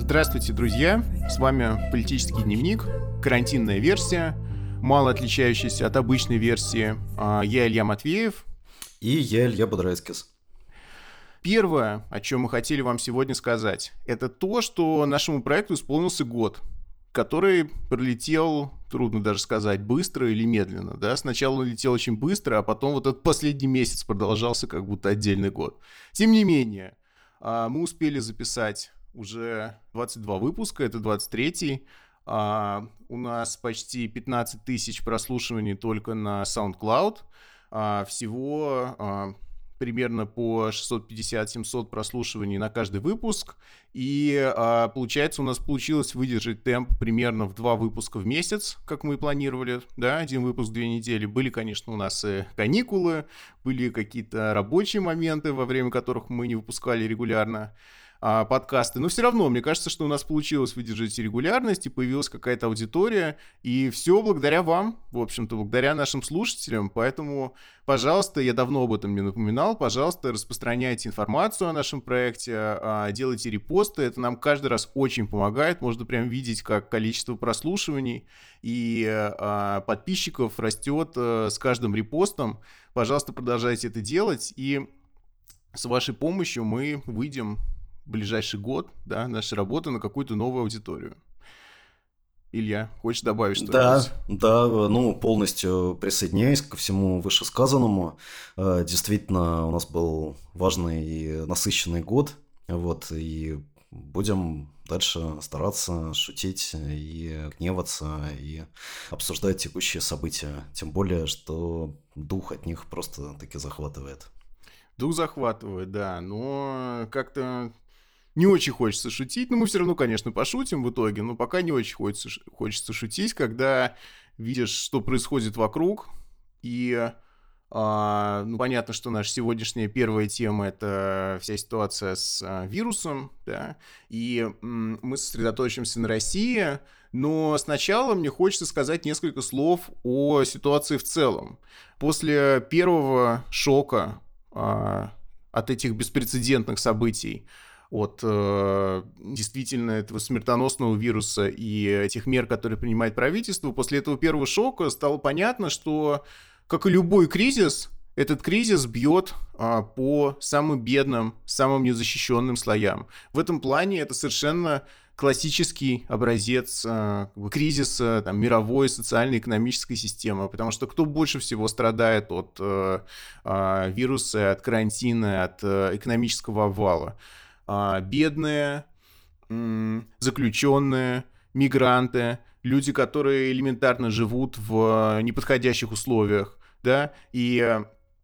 Здравствуйте, друзья! С вами «Политический дневник», карантинная версия, мало отличающаяся от обычной версии. Я Илья Матвеев. И я Илья Бодрайскис. Первое, о чем мы хотели вам сегодня сказать, это то, что нашему проекту исполнился год, который пролетел, трудно даже сказать, быстро или медленно. Да? Сначала он летел очень быстро, а потом вот этот последний месяц продолжался как будто отдельный год. Тем не менее, мы успели записать уже 22 выпуска, это 23-й. У нас почти 15 тысяч прослушиваний только на SoundCloud. Всего примерно по 650-700 прослушиваний на каждый выпуск. И получается, у нас получилось выдержать темп примерно в 2 выпуска в месяц, как мы и планировали. Да, 1 выпуск 2 недели. Были, конечно, у нас и каникулы, были какие-то рабочие моменты, во время которых мы не выпускали регулярно подкасты. Но все равно, мне кажется, что у нас получилось выдержать регулярность, и появилась какая-то аудитория, и все благодаря вам, в общем-то, благодаря нашим слушателям. Поэтому, пожалуйста, я давно об этом не напоминал, пожалуйста, распространяйте информацию о нашем проекте, делайте репосты, это нам каждый раз очень помогает, можно прям видеть, как количество прослушиваний и подписчиков растет с каждым репостом. Пожалуйста, продолжайте это делать, и с вашей помощью мы выйдем ближайший год, да, нашей работы на какую-то новую аудиторию. Илья, хочешь добавить что-нибудь? Да, полностью присоединяюсь ко всему вышесказанному. Действительно, у нас был важный и насыщенный год, и будем дальше стараться шутить и гневаться, и обсуждать текущие события. Тем более, что дух от них просто-таки захватывает. Дух захватывает, да, но как-то не очень хочется шутить, но мы все равно, конечно, пошутим в итоге, но пока не очень хочется шутить, когда видишь, что происходит вокруг, и понятно, что наша сегодняшняя первая тема — это вся ситуация с вирусом, да, и мы сосредоточимся на России, но сначала мне хочется сказать несколько слов о ситуации в целом. После первого шока от этих беспрецедентных событий, от действительно этого смертоносного вируса и этих мер, которые принимает правительство, после этого первого шока стало понятно, что, как и любой кризис, этот кризис бьет по самым бедным, самым незащищенным слоям. В этом плане это совершенно классический образец кризиса мировой социально-экономической системы, потому что кто больше всего страдает от вируса, от карантина, от экономического обвала? Бедные, заключенные, мигранты, люди, которые элементарно живут в неподходящих условиях, да, и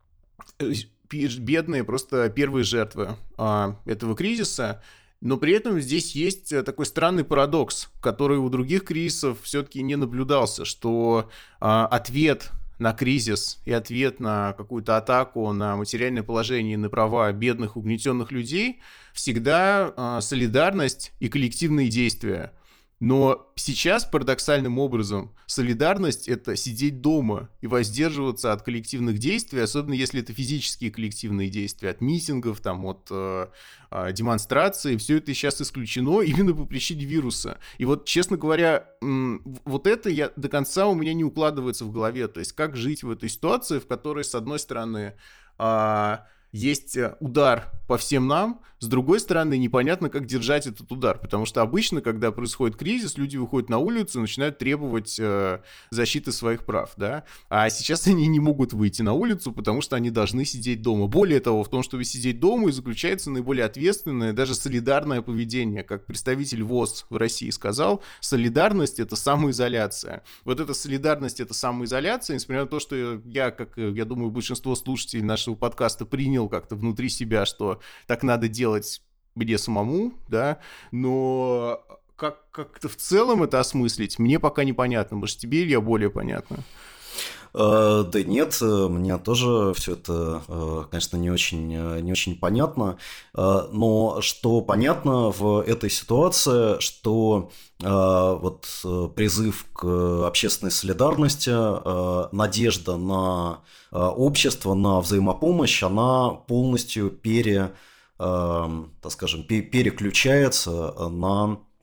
бедные просто первые жертвы этого кризиса. Но при этом здесь есть такой странный парадокс, который у других кризисов все-таки не наблюдался, что ответ на кризис и ответ на какую-то атаку на материальное положение и на права бедных, угнетенных людей всегда солидарность и коллективные действия. Но сейчас, парадоксальным образом, солидарность — это сидеть дома и воздерживаться от коллективных действий, особенно если это физические коллективные действия, от митингов, от демонстраций. Все это сейчас исключено именно по причине вируса. И вот, честно говоря, вот это до конца у меня не укладывается в голове. То есть, как жить в этой ситуации, в которой, с одной стороны, есть удар по всем нам, с другой стороны, непонятно, как держать этот удар, потому что обычно, когда происходит кризис, люди выходят на улицу и начинают требовать защиты своих прав, да, а сейчас они не могут выйти на улицу, потому что они должны сидеть дома. Более того, в том, чтобы сидеть дома, и заключается наиболее ответственное, даже солидарное поведение, как представитель ВОЗ в России сказал, солидарность — это самоизоляция. Вот эта солидарность — это самоизоляция, несмотря на то, что я, как, я думаю, большинство слушателей нашего подкаста принял как-то внутри себя, что так надо делать мне самому, да, но как-то в целом это осмыслить мне пока непонятно. Может, тебе, Илья, более понятно? Да нет, мне тоже все это, конечно, не очень понятно, но что понятно в этой ситуации, что призыв к общественной солидарности, надежда на общество, на взаимопомощь, она полностью переключается на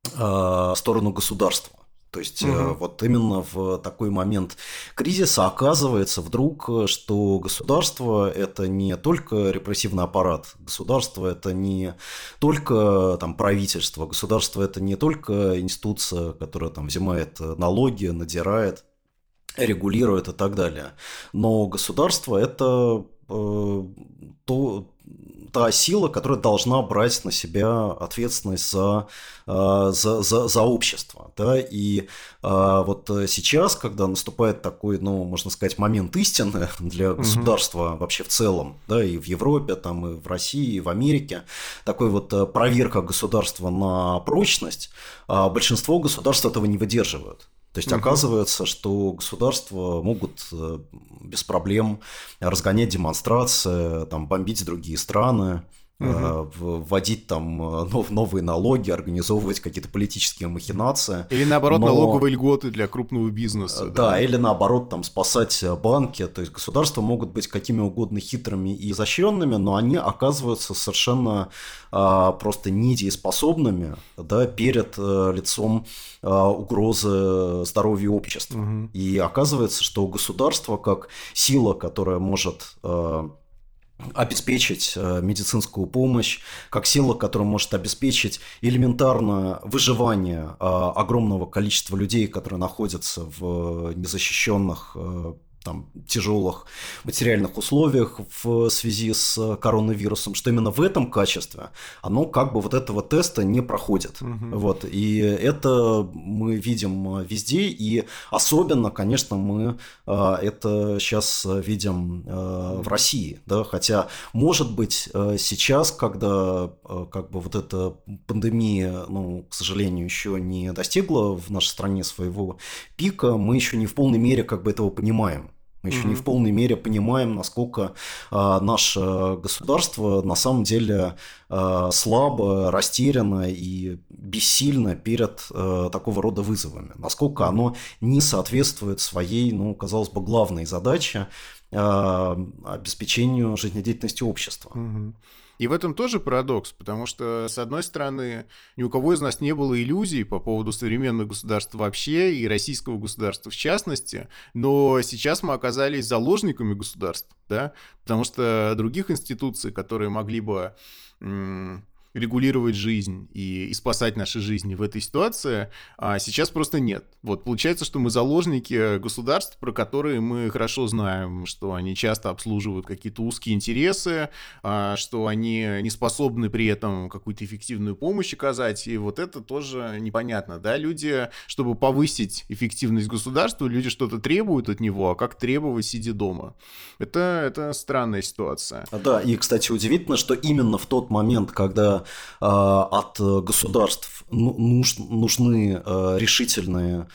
сторону государства. То есть Мгм. вот именно в такой момент кризиса оказывается вдруг, что государство – это не только репрессивный аппарат, государство – это не только там, правительство, государство – это не только институция, которая там, взимает налоги, надзирает, регулирует и так далее. Но государство – это та сила, которая должна брать на себя ответственность за общество. Да? И вот сейчас, когда наступает такой, ну, можно сказать, момент истины для Мгм. государства вообще в целом, да, и в Европе, там, и в России, и в Америке, такой вот проверка государства на прочность, большинство государств этого не выдерживают. То есть Мгм. оказывается, что государства могут без проблем разгонять демонстрации, там, бомбить другие страны, Мгм. вводить там новые налоги, организовывать какие-то политические махинации, Или наоборот, но налоговые льготы для крупного бизнеса, да, да. или наоборот там спасать банки, то есть государства могут быть какими угодно хитрыми и изощренными, но они оказываются совершенно просто недееспособными, да, перед лицом угрозы здоровью общества. Мгм. И оказывается, что государство как сила, которая может обеспечить медицинскую помощь, как сила, которая может обеспечить элементарное выживание огромного количества людей, которые находятся в незащищенных там, тяжелых материальных условиях в связи с коронавирусом, что именно в этом качестве оно как бы вот этого теста не проходит. Мгм. Вот. И это мы видим везде, и особенно, конечно, мы это сейчас видим в Мгм. России, да, хотя, может быть, сейчас, когда как бы вот эта пандемия, ну, к сожалению, еще не достигла в нашей стране своего пика, мы еще не в полной мере как бы этого понимаем. Мы еще не в Мгм. полной мере понимаем, насколько наше государство на самом деле слабо, растеряно и бессильно перед такого рода вызовами. Насколько Мгм. оно не соответствует своей, ну, казалось бы, главной задаче обеспечению жизнедеятельности общества. Мгм. И в этом тоже парадокс, потому что, с одной стороны, ни у кого из нас не было иллюзий по поводу современных государств вообще и российского государства в частности, но сейчас мы оказались заложниками государств, да, потому что других институций, которые могли бы регулировать жизнь и спасать наши жизни в этой ситуации, сейчас просто нет. Вот получается, что мы заложники государств, про которые мы хорошо знаем, что они часто обслуживают какие-то узкие интересы, что они не способны при этом какую-то эффективную помощь оказать, и вот это тоже непонятно, да, люди, чтобы повысить эффективность государства, люди что-то требуют от него, а как требовать, сидя дома? Это странная ситуация. Да, и, кстати, удивительно, что именно в тот момент, когда от государств нужны решительные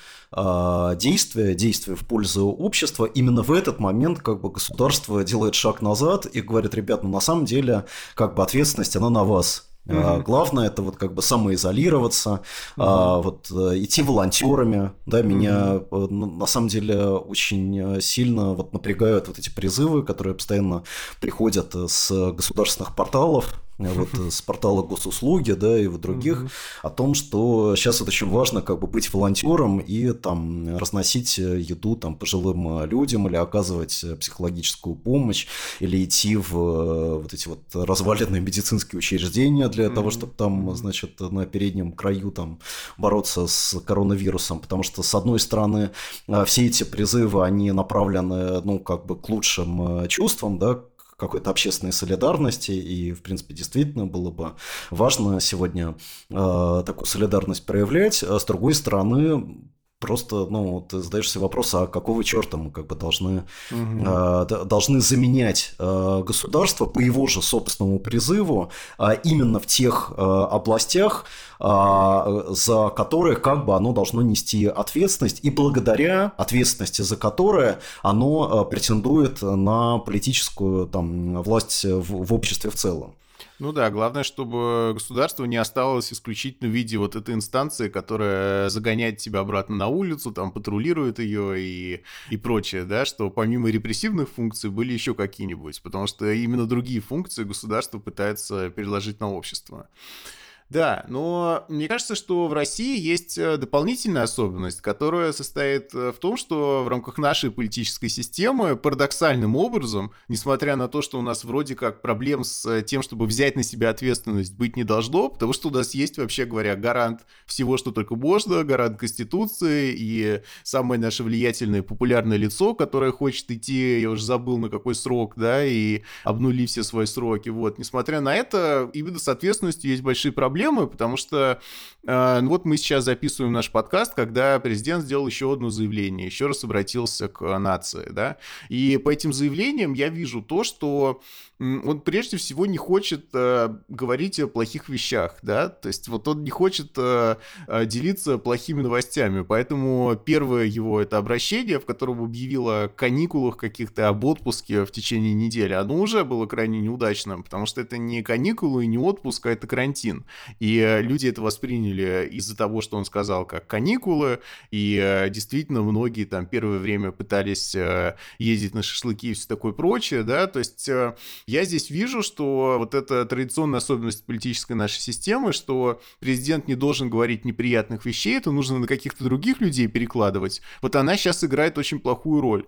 действия в пользу общества, именно в этот момент как бы государство делает шаг назад и говорит: ребят, ну на самом деле как бы ответственность, она на вас. Мгм. Главное это вот как бы самоизолироваться, Мгм. вот идти волонтерами, да, Мгм. меня на самом деле очень сильно вот напрягают вот эти призывы, которые постоянно приходят с государственных порталов, вот с портала госуслуги, да, и вот других, Мгм. о том, что сейчас вот очень важно как бы быть волонтером и там разносить еду там пожилым людям или оказывать психологическую помощь или идти в вот эти вот разваленные медицинские учреждения для того, Мгм. чтобы там, Мгм. значит, на переднем краю там бороться с коронавирусом, потому что, с одной стороны, все эти призывы, они направлены, ну, как бы к лучшим чувствам, да, к какой-то общественной солидарности, и, в принципе, действительно было бы важно сегодня такую солидарность проявлять, а с другой стороны, просто, ну, ты задаешься вопрос, а какого черта мы как бы Мгм. должны заменять государство по его же собственному призыву именно в тех областях, за которые как бы оно должно нести ответственность, и благодаря ответственности за которые оно претендует на политическую там, власть в обществе в целом. Ну да, главное, чтобы государство не осталось исключительно в виде вот этой инстанции, которая загоняет тебя обратно на улицу, там патрулирует ее и прочее, да, что помимо репрессивных функций были еще какие-нибудь, потому что именно другие функции государство пытается переложить на общество. Да, но мне кажется, что в России есть дополнительная особенность, которая состоит в том, что в рамках нашей политической системы парадоксальным образом, несмотря на то, что у нас вроде как проблем с тем, чтобы взять на себя ответственность, быть не должно, потому что у нас есть, вообще говоря, гарант всего, что только можно, гарант Конституции и самое наше влиятельное популярное лицо, которое хочет идти, я уже забыл на какой срок, да, и обнули все свои сроки. Вот. Несмотря на это, именно с ответственностью есть большие проблемы, потому что вот мы сейчас записываем наш подкаст, когда президент сделал еще одно заявление, еще раз обратился к нации, да, и по этим заявлениям я вижу то, что он прежде всего не хочет говорить о плохих вещах, да, то есть вот он не хочет делиться плохими новостями, поэтому первое его это обращение, в котором объявил о каникулах каких-то, об отпуске в течение недели, оно уже было крайне неудачным, потому что это не каникулы и не отпуск, а это карантин. И люди это восприняли из-за того, что он сказал, как каникулы, и действительно многие там первое время пытались ездить на шашлыки и все такое прочее, да, то есть я здесь вижу, что вот эта традиционная особенность политической нашей системы, что президент не должен говорить неприятных вещей, это нужно на каких-то других людей перекладывать, вот она сейчас играет очень плохую роль.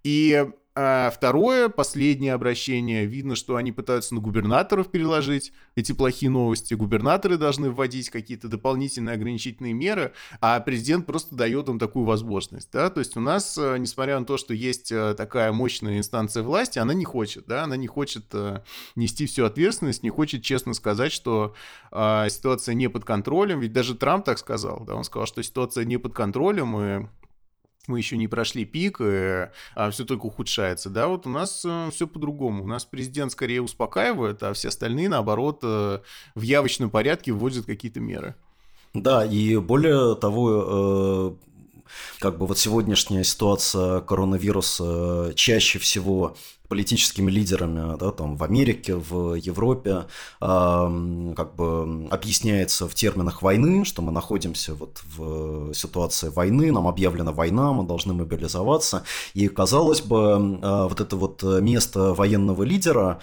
И второе, последнее обращение, видно, что они пытаются на губернаторов переложить эти плохие новости. Губернаторы должны вводить какие-то дополнительные ограничительные меры, а президент просто дает им такую возможность. Да? То есть у нас, несмотря на то, что есть такая мощная инстанция власти, она не хочет, да? Она не хочет нести всю ответственность, не хочет честно сказать, что ситуация не под контролем. Ведь даже Трамп так сказал. Да? Он сказал, что ситуация не под контролем, и мы еще не прошли пик, а все только ухудшается, да, вот у нас все по-другому. У нас президент скорее успокаивает, а все остальные, наоборот, в явочном порядке вводят какие-то меры. Да, и более того, как бы вот сегодняшняя ситуация коронавируса чаще всего политическими лидерами, да, там в Америке, в Европе, как бы объясняется в терминах войны, что мы находимся вот в ситуации войны, нам объявлена война, мы должны мобилизоваться, и казалось бы, вот это вот место военного лидера,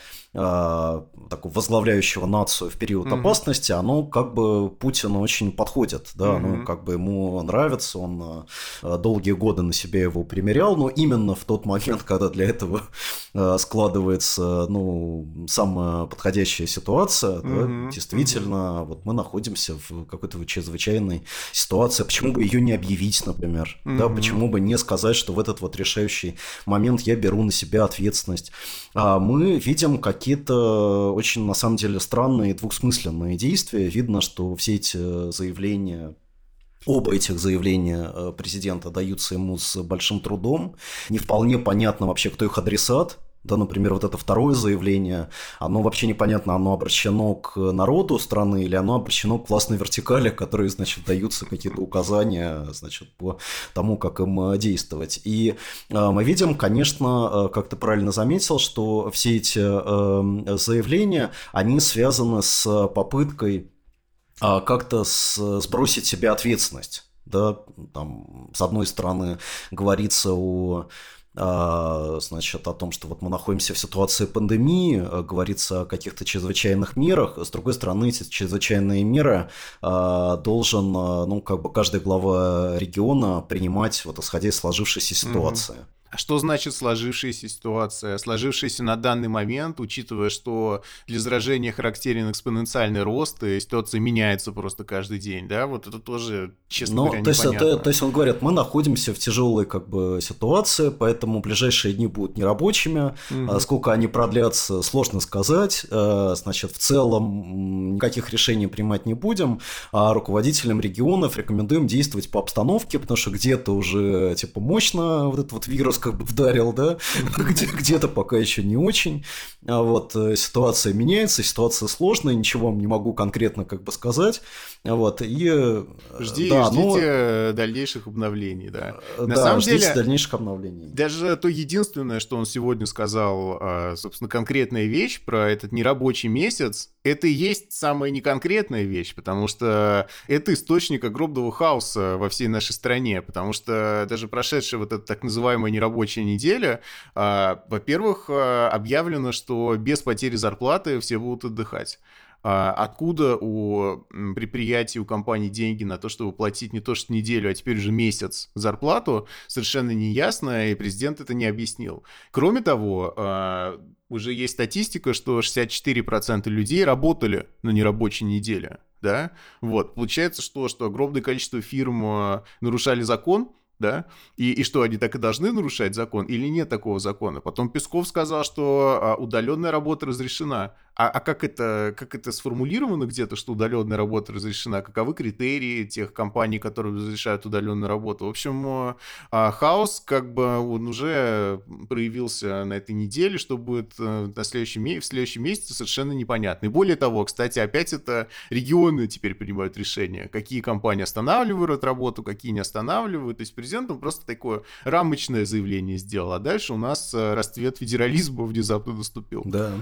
такого возглавляющего нацию в период опасности, оно как бы Путину очень подходит, да, ну как бы ему нравится, он долгие годы на себя его примерял, но именно в тот момент, когда для этого складывается, ну, самая подходящая ситуация, да, действительно, вот мы находимся в какой-то вот чрезвычайной ситуации. Почему бы ее не объявить, например? Да, почему бы не сказать, что в этот вот решающий момент я беру на себя ответственность? Мы видим какие-то очень, на самом деле, странные и двухсмысленные действия. Видно, что все эти заявления... Оба этих заявления президента даются ему с большим трудом. Не вполне понятно вообще, кто их адресат. Да, например, вот это второе заявление, оно вообще непонятно, оно обращено к народу страны или оно обращено к властной вертикали, которые, значит, даются какие-то указания, значит, по тому, как им действовать. И мы видим, конечно, как ты правильно заметил, что все эти заявления, они связаны с попыткой как-то сбросить с себя ответственность. Да? Там, с одной стороны, говорится значит, о том, что вот мы находимся в ситуации пандемии, говорится о каких-то чрезвычайных мерах. С другой стороны, эти чрезвычайные меры должен, ну, как бы каждый глава региона принимать, вот исходя из сложившейся ситуации. А что значит сложившаяся ситуация? Сложившаяся на данный момент, учитывая, что для заражения характерен экспоненциальный рост, и ситуация меняется просто каждый день, да? Вот это тоже, честно говоря, непонятно. То есть он говорит, мы находимся в тяжелой как бы ситуации, поэтому ближайшие дни будут нерабочими. Сколько они продлятся, сложно сказать. Значит, в целом никаких решений принимать не будем, а руководителям регионов рекомендуем действовать по обстановке, потому что где-то уже типа мощно вот этот вот вирус как бы вдарил, да, где-то пока еще не очень. Вот, ситуация меняется, ситуация сложная, ничего вам не могу конкретно как бы сказать. Вот, и... Ждите дальнейших обновлений, да. На самом деле, дальнейших обновлений. Даже то единственное, что он сегодня сказал, собственно, конкретная вещь про этот нерабочий месяц, это и есть самая неконкретная вещь, потому что это источник огромного хаоса во всей нашей стране, потому что даже прошедшая вот эта так называемая нерабочая неделя, во-первых, объявлено, что без потери зарплаты все будут отдыхать. Откуда у предприятий, у компаний деньги на то, чтобы платить не то что неделю, а теперь уже месяц зарплату, совершенно неясно, и президент это не объяснил. Кроме того, уже есть статистика, что 64% людей работали на нерабочей неделе. Да? Вот. Получается, что огромное количество фирм нарушали закон, да, и что, они так и должны нарушать закон, или нет такого закона? Потом Песков сказал, что удаленная работа разрешена. А как это сформулировано где-то, что удаленная работа разрешена? Каковы критерии тех компаний, которые разрешают удаленную работу? В общем, хаос, как бы, он уже проявился на этой неделе, что будет в следующем месяце, совершенно непонятно. И более того, кстати, опять это регионы теперь принимают решения, какие компании останавливают работу, какие не останавливают. То есть президент просто такое рамочное заявление сделал, а дальше у нас расцвет федерализма внезапно наступил. Да.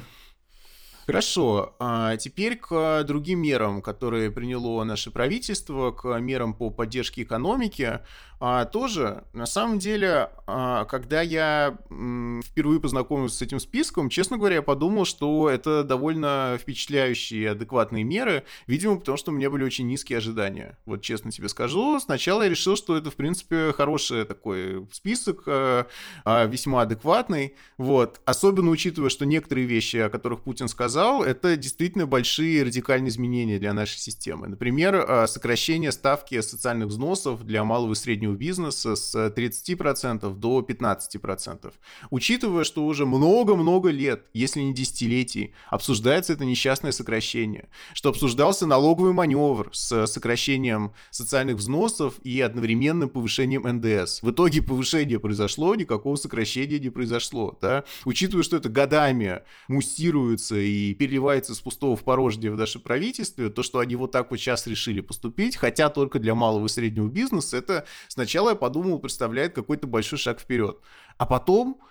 Хорошо, теперь к другим мерам, которые приняло наше правительство, к мерам по поддержке экономики. Тоже, на самом деле, когда я впервые познакомился с этим списком, честно говоря, я подумал, что это довольно впечатляющие и адекватные меры, видимо, потому что у меня были очень низкие ожидания. Вот честно тебе скажу, сначала я решил, что это, в принципе, хороший такой список, весьма адекватный, вот, особенно учитывая, что некоторые вещи, о которых Путин сказал, это действительно большие радикальные изменения для нашей системы. Например, сокращение ставки социальных взносов для малого и среднего бизнеса с 30% до 15%. Учитывая, что уже много-много лет, если не десятилетий, обсуждается это несчастное сокращение, что обсуждался налоговый маневр с сокращением социальных взносов и одновременным повышением НДС. В итоге повышение произошло, никакого сокращения не произошло. Да? Учитывая, что это годами муссируется и переливается с пустого в порожнее в наше правительстве, то, что они вот так вот сейчас решили поступить, хотя только для малого и среднего бизнеса, это сначала я подумал, представляет какой-то большой шаг вперед. А потом,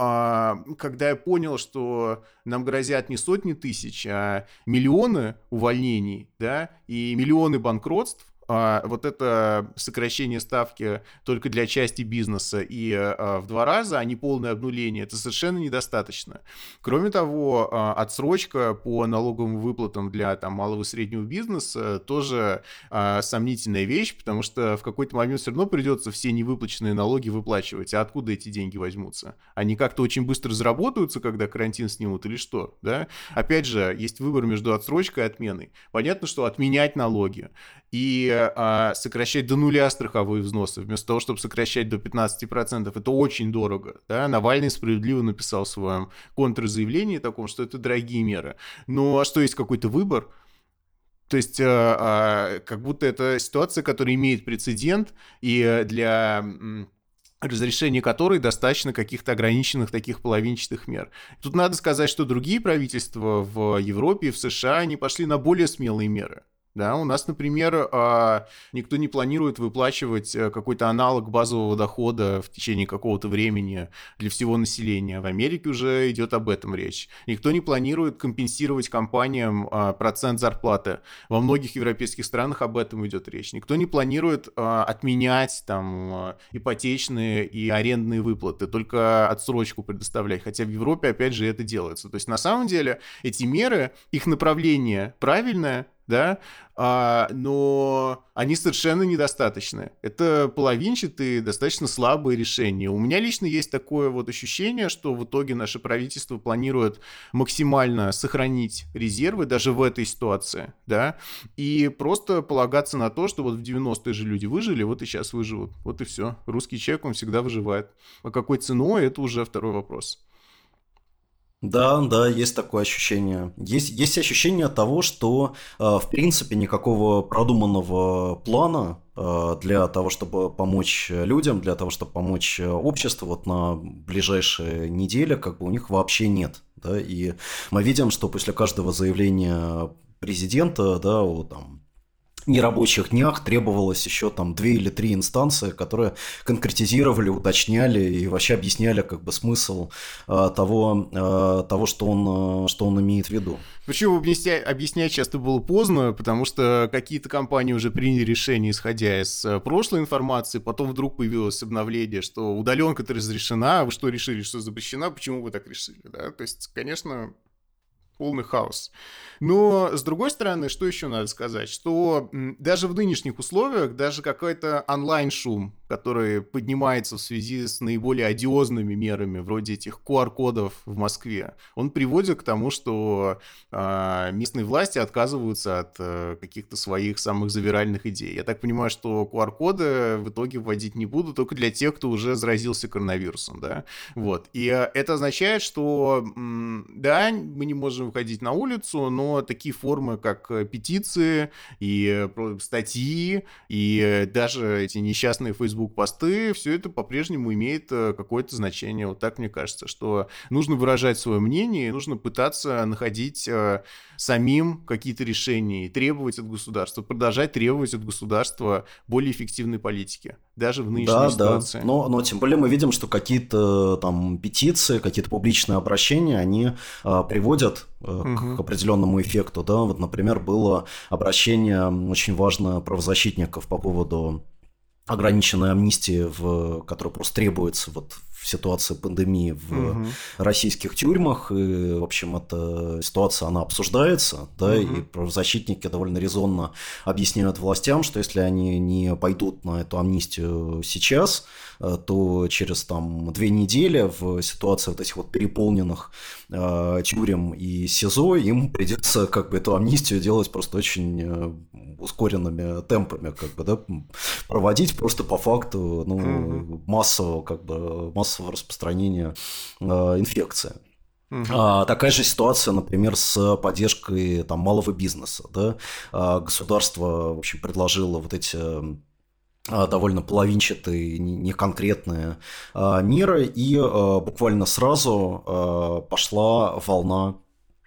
когда я понял, что нам грозят не сотни тысяч, а миллионы увольнений, да, и миллионы банкротств, вот это сокращение ставки только для части бизнеса и в 2 раза, а не полное обнуление, это совершенно недостаточно. Кроме того, отсрочка по налоговым выплатам для малого и среднего бизнеса тоже сомнительная вещь, потому что в какой-то момент все равно придется все невыплаченные налоги выплачивать. А откуда эти деньги возьмутся? Они как-то очень быстро заработаются, когда карантин снимут, или что? Да? Опять же, есть выбор между отсрочкой и отменой. Понятно, что отменять налоги и сокращать до нуля страховые взносы, вместо того, чтобы сокращать до 15%, это очень дорого. Да? Навальный справедливо написал в своем контрзаявлении таком, что это дорогие меры. Ну, а что, есть какой-то выбор? То есть, как будто это ситуация, которая имеет прецедент, и для разрешения которой достаточно каких-то ограниченных таких половинчатых мер. Тут надо сказать, что другие правительства в Европе и в США, они пошли на более смелые меры. Да, у нас, например, никто не планирует выплачивать какой-то аналог базового дохода в течение какого-то времени для всего населения. В Америке уже идет об этом речь. Никто не планирует компенсировать компаниям процент зарплаты. Во многих европейских странах об этом идет речь. Никто не планирует отменять ипотечные и арендные выплаты, только отсрочку предоставлять. Хотя в Европе, опять же, это делается. То есть, на самом деле, эти меры, их направление правильное, да, но они совершенно недостаточны. Это половинчатые, достаточно слабые решения. У меня лично есть такое вот ощущение, что в итоге наше правительство планирует максимально сохранить резервы даже в этой ситуации, да, и просто полагаться на то, что вот в 90-е же люди выжили, вот и сейчас выживут. Вот и все. Русский человек, он всегда выживает. А какой ценой, это уже второй вопрос. Да, есть такое ощущение. Есть ощущение того, что, в принципе, никакого продуманного плана для того, чтобы помочь людям, для того, чтобы помочь обществу вот на ближайшие недели, как бы у них вообще нет. Да? И мы видим, что после каждого заявления президента, да, о нерабочих днях требовалось еще 2 или 3 инстанции, которые конкретизировали, уточняли и вообще объясняли как бы смысл того, что он имеет в виду. Причем объяснять часто было поздно, потому что какие-то компании уже приняли решение, исходя из прошлой информации, потом вдруг появилось обновление, что удаленка-то разрешена, а вы что решили, что запрещена, почему вы так решили? Да? То есть, конечно, полный хаос. Но, с другой стороны, что еще надо сказать? Что даже в нынешних условиях, даже какой-то онлайн-шум, который поднимается в связи с наиболее одиозными мерами, вроде этих QR-кодов в Москве, он приводит к тому, что местные власти отказываются от каких-то своих самых завиральных идей. Я так понимаю, что QR-коды в итоге вводить не будут только для тех, кто уже заразился коронавирусом, да? Вот. И это означает, что, да, мы не можем выходить на улицу, но такие формы, как петиции и статьи, и даже эти несчастные Facebook-посты, все это по-прежнему имеет какое-то значение. Вот так мне кажется, что нужно выражать свое мнение, нужно пытаться находить самим какие-то решения и требовать от государства, продолжать требовать от государства более эффективной политики, даже в нынешней ситуации. Да, но тем более мы видим, что какие-то там петиции, какие-то публичные обращения, они приводят к определенному эффекту, да, вот, например, было обращение очень важное правозащитников по поводу ограниченной амнистии, которая просто требуется вот в ситуации пандемии в российских тюрьмах, и, в общем, эта ситуация, она обсуждается, да, и правозащитники довольно резонно объясняют властям, что если они не пойдут на эту амнистию сейчас, то через там 2 недели в ситуации вот этих вот переполненных тюрем и СИЗО им придется как бы эту амнистию делать просто очень ускоренными темпами, как бы, да, проводить просто по факту, ну, массового распространения инфекции. Такая же ситуация, например, с поддержкой там малого бизнеса, да? Государство, в общем, предложило вот эти довольно половинчатые, неконкретные меры, и буквально сразу пошла волна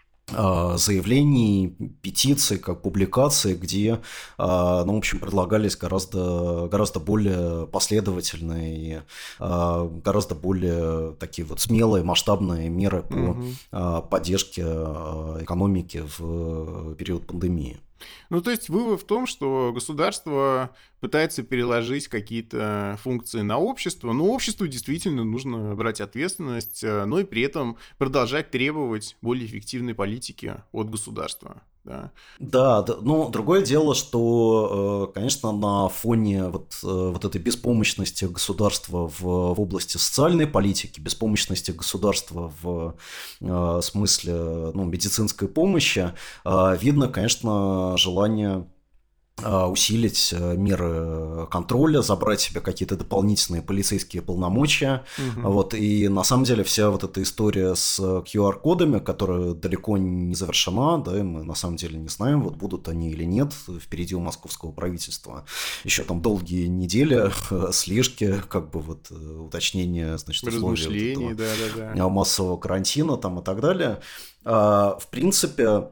заявлений, петиций, как публикаций, где, ну, в общем, предлагались гораздо более последовательные, гораздо более такие вот смелые, масштабные меры по поддержке экономики в период пандемии. Ну, то есть вывод в том, что государство пытается переложить какие-то функции на общество, но обществу действительно нужно брать ответственность, но и при этом продолжать требовать более эффективной политики от государства. Да, но другое дело, что, конечно, на фоне вот этой беспомощности государства в области социальной политики, беспомощности государства в смысле, ну, медицинской помощи, видно, конечно, желание усилить меры контроля, забрать себе какие-то дополнительные полицейские полномочия. Вот, и на самом деле вся вот эта история с QR-кодами, которая далеко не завершена, да, и мы на самом деле не знаем, вот будут они или нет впереди у московского правительства. Еще там долгие недели слежки, как бы вот уточнение, значит, условий вот этого массового карантина там и так далее. В принципе,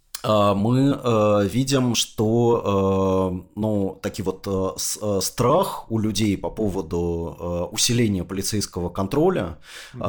мы видим, что, ну, такие вот страх у людей по поводу усиления полицейского контроля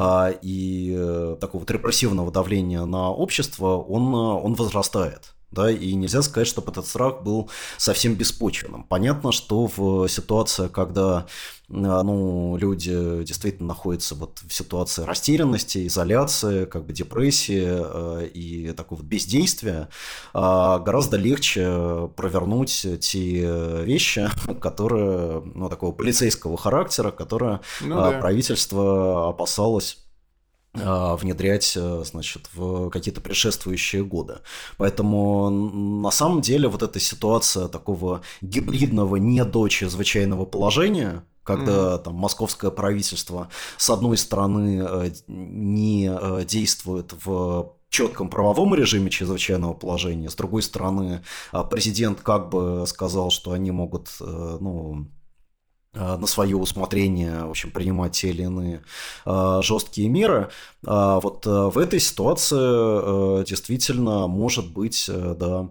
и такого вот репрессивного давления на общество, он возрастает. Да, и нельзя сказать, чтобы этот страх был совсем беспочвенным. Понятно, что в ситуации, когда, ну, люди действительно находятся вот в ситуации растерянности, изоляции, как бы депрессии и такого бездействия, гораздо легче провернуть те вещи, которые, ну, такого полицейского характера, которые правительство опасалось внедрять, значит, в какие-то предшествующие годы. Поэтому на самом деле вот эта ситуация такого гибридного недочрезвычайного положения, когда там московское правительство с одной стороны не действует в четком правовом режиме чрезвычайного положения, с другой стороны президент как бы сказал, что они могут, ну, на свое усмотрение, в общем, принимать те или иные жесткие меры. Вот в этой ситуации действительно может быть, да,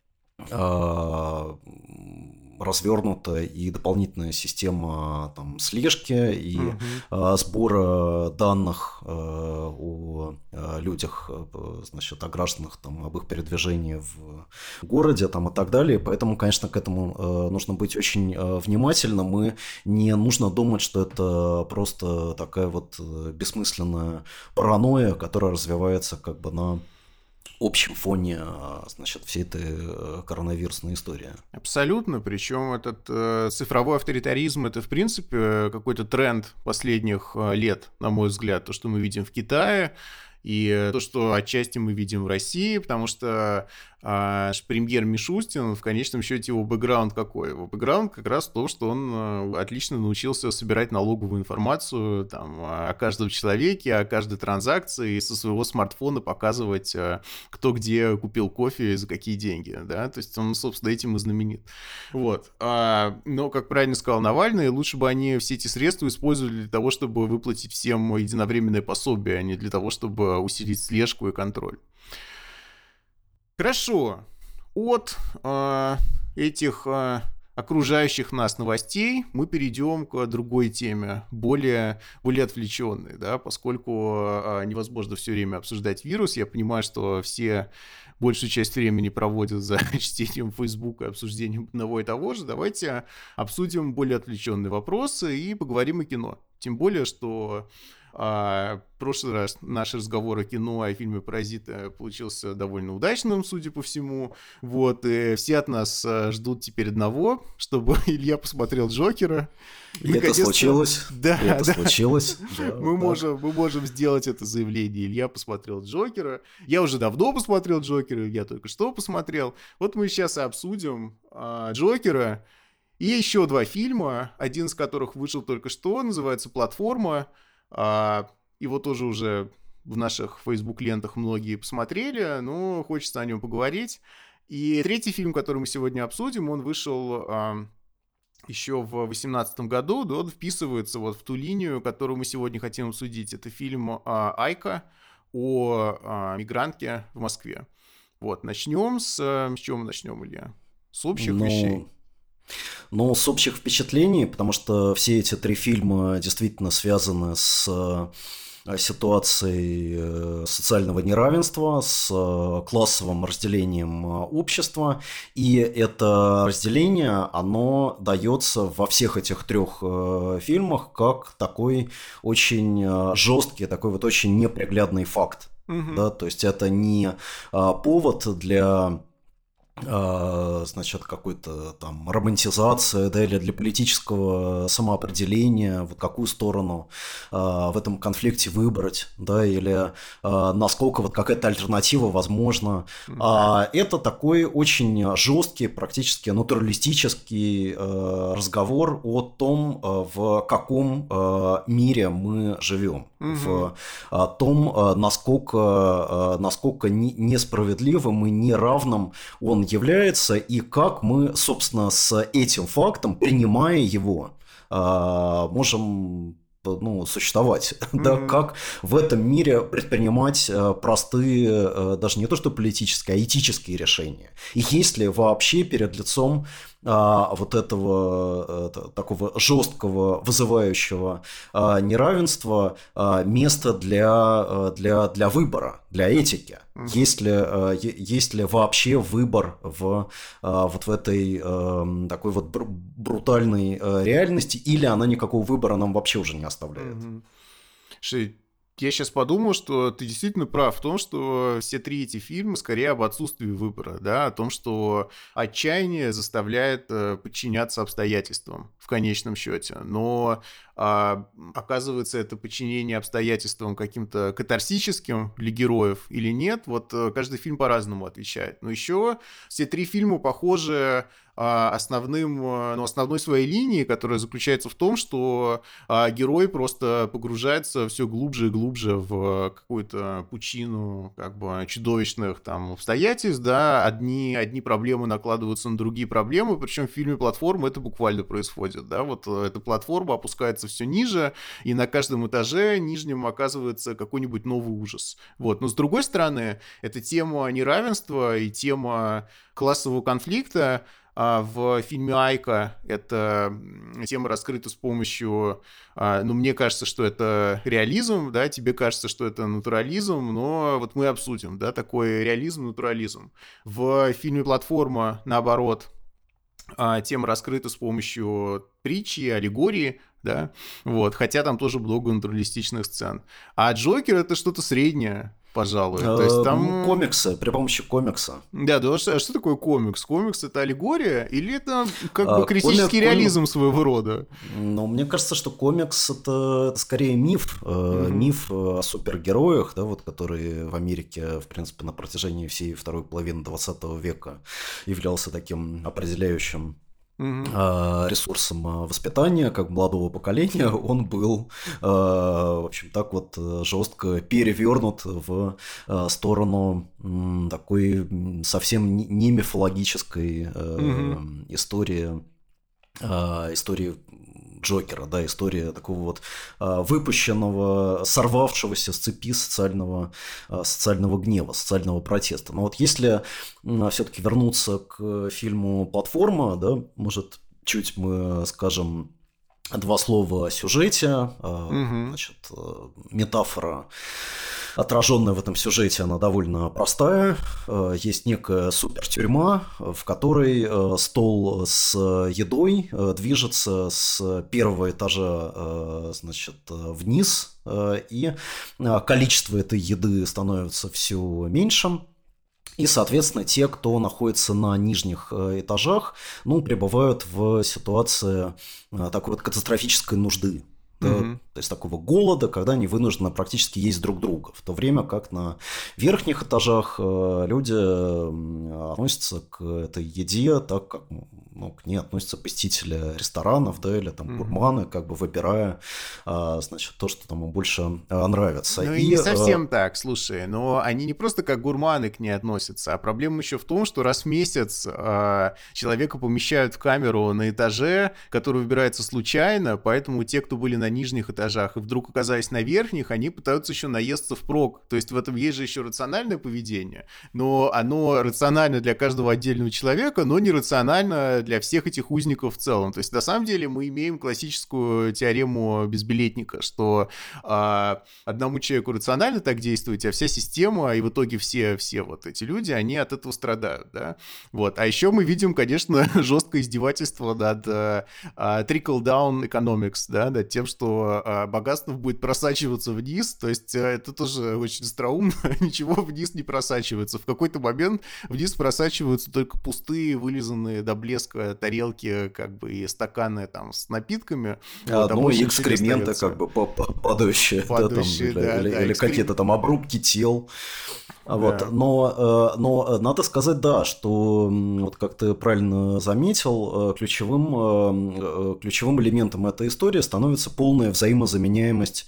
развернута и дополнительная система там слежки и сбора данных о людях, значит, о гражданах, там, об их передвижении в городе там, и так далее. Поэтому, конечно, к этому нужно быть очень внимательным. И не нужно думать, что это просто такая вот бессмысленная паранойя, которая развивается как бы на общем фоне, значит, всей этой коронавирусной истории. Абсолютно, причем этот цифровой авторитаризм — это, в принципе, какой-то тренд последних лет, на мой взгляд, то, что мы видим в Китае, и то, что отчасти мы видим в России, потому что премьер Мишустин, в конечном счете, его бэкграунд какой? Его бэкграунд как раз то, что он отлично научился собирать налоговую информацию там, о каждом человеке, о каждой транзакции, и со своего смартфона показывать, кто где купил кофе и за какие деньги, да, то есть он, собственно, этим и знаменит. Вот. Но, как правильно сказал Навальный, лучше бы они все эти средства использовали для того, чтобы выплатить всем единовременное пособие, а не для того, чтобы усилить слежку и контроль. Хорошо. От этих окружающих нас новостей мы перейдем к другой теме, более отвлеченной, да, поскольку невозможно все время обсуждать вирус. Я понимаю, что все большую часть времени проводят за чтением Фейсбука и обсуждением одного и того же. Давайте обсудим более отвлеченные вопросы и поговорим о кино. Тем более, что в прошлый раз наш разговор о кино, о фильме «Паразиты» получился довольно удачным, судя по всему. Вот, и все от нас ждут теперь одного, чтобы Илья посмотрел «Джокера». И это случилось. Да, это случилось. Мы можем сделать это заявление. Илья посмотрел «Джокера». Я уже давно посмотрел «Джокера», я только что посмотрел. Вот мы сейчас и обсудим «Джокера». И еще два фильма, один из которых вышел только что, называется «Платформа». Его тоже уже в наших Facebook-лентах многие посмотрели, но хочется о нем поговорить. И третий фильм, который мы сегодня обсудим, он вышел еще в 2018 году, да, он вписывается вот в ту линию, которую мы сегодня хотим обсудить. Это фильм «Айка» о мигрантке в Москве. Вот, начнем с чего мы начнем, Илья? С общих вещей. Ну, с общих впечатлений, потому что все эти три фильма действительно связаны с ситуацией социального неравенства, с классовым разделением общества. И это разделение, оно дается во всех этих трех фильмах как такой очень жесткий, такой вот очень неприглядный факт. Да? То есть это не повод для значит, какой-то там романтизация, да, или для политического самоопределения, вот какую сторону в этом конфликте выбрать, да, или насколько вот какая-то альтернатива возможна. Это такой очень жесткий, практически натуралистический разговор о том, в каком мире мы живем, в том, насколько несправедливым и неравным он является, и как мы, собственно, с этим фактом, принимая его, можем существовать, да, как в этом мире предпринимать простые, даже не то что политические, а этические решения. И есть ли вообще перед лицом вот этого такого жесткого, вызывающего неравенства место для выбора, для этики? Есть ли вообще выбор вот в этой такой вот брутальной реальности, или она никакого выбора нам вообще уже не оставляет? Я сейчас подумал, что ты действительно прав в том, что все три эти фильма скорее об отсутствии выбора, да, о том, что отчаяние заставляет подчиняться обстоятельствам в конечном счете. Но оказывается, это подчинение обстоятельствам каким-то катарсическим для героев или нет, вот каждый фильм по-разному отвечает. Но еще все три фильма похожи основной своей линией, которая заключается в том, что герой просто погружается все глубже и глубже в какую-то пучину как бы чудовищных там обстоятельств, да, одни проблемы накладываются на другие проблемы, причем в фильме «Платформа» это буквально происходит, да, вот эта платформа опускается все ниже, и на каждом этаже нижнем оказывается какой-нибудь новый ужас. Вот. Но с другой стороны, эта тема неравенства и тема классового конфликта в фильме «Айка» эта тема раскрыта с помощью, мне кажется, что это реализм, да, тебе кажется, что это натурализм, но вот мы обсудим, да, такой реализм, натурализм. В фильме «Платформа», наоборот, тема раскрыта с помощью притчи, аллегории, да, вот, хотя там тоже много натуралистичных сцен. А «Джокер» — это что-то среднее. пожалуй. То есть там... Комиксы, при помощи комикса. Да, да, что такое комикс? Комикс — это аллегория или это как бы критический реализм своего рода? Ну, мне кажется, что комикс — это скорее миф. Миф о супергероях, да, вот, который в Америке, в принципе, на протяжении всей второй половины 20 века являлся таким определяющим ресурсом воспитания как молодого поколения. Он был, в общем, так вот жестко перевернут в сторону такой совсем не мифологической истории Джокера, да, история такого вот выпущенного, сорвавшегося с цепи социального гнева, социального протеста. Но вот если все-таки вернуться к фильму «Платформа», да, может, чуть мы скажем два слова о сюжете. Значит, метафора, отраженная в этом сюжете, она довольно простая. Есть некая супертюрьма, в которой стол с едой движется с первого этажа, значит, вниз, и количество этой еды становится все меньше. И, соответственно, те, кто находится на нижних этажах, пребывают в ситуации такой вот катастрофической нужды. Да, то есть такого голода, когда они вынуждены практически есть друг друга. В то время как на верхних этажах люди относятся к этой еде так, как к ней относятся посетители ресторанов, да, или там гурманы, как бы выбирая, значит, то, что там им больше нравится. Ну и не совсем так, слушай, но они не просто как гурманы к ней относятся, а проблема еще в том, что раз в месяц человека помещают в камеру на этаже, который выбирается случайно, поэтому те, кто были на нижних этажах и вдруг оказались на верхних, они пытаются еще наесться впрок. То есть в этом есть же еще рациональное поведение, но оно рационально для каждого отдельного человека, но нерационально для всех этих узников в целом. То есть на самом деле мы имеем классическую теорему безбилетника, что одному человеку рационально так действовать, а вся система и в итоге все вот эти люди, они от этого страдают, да. Вот. А еще мы видим, конечно, жесткое издевательство над trickle-down economics, да, над тем, что богатство будет просачиваться вниз, то есть это тоже очень остроумно, ничего вниз не просачивается. В какой-то момент вниз просачиваются только пустые, вылизанные до блеска тарелки, как бы, и стаканы там с напитками. Вот, и экскременты, как бы, падающие, или какие-то там обрубки тел. Да. Вот. Но надо сказать, да, что, вот как ты правильно заметил, ключевым элементом этой истории становится полная взаимозаменяемость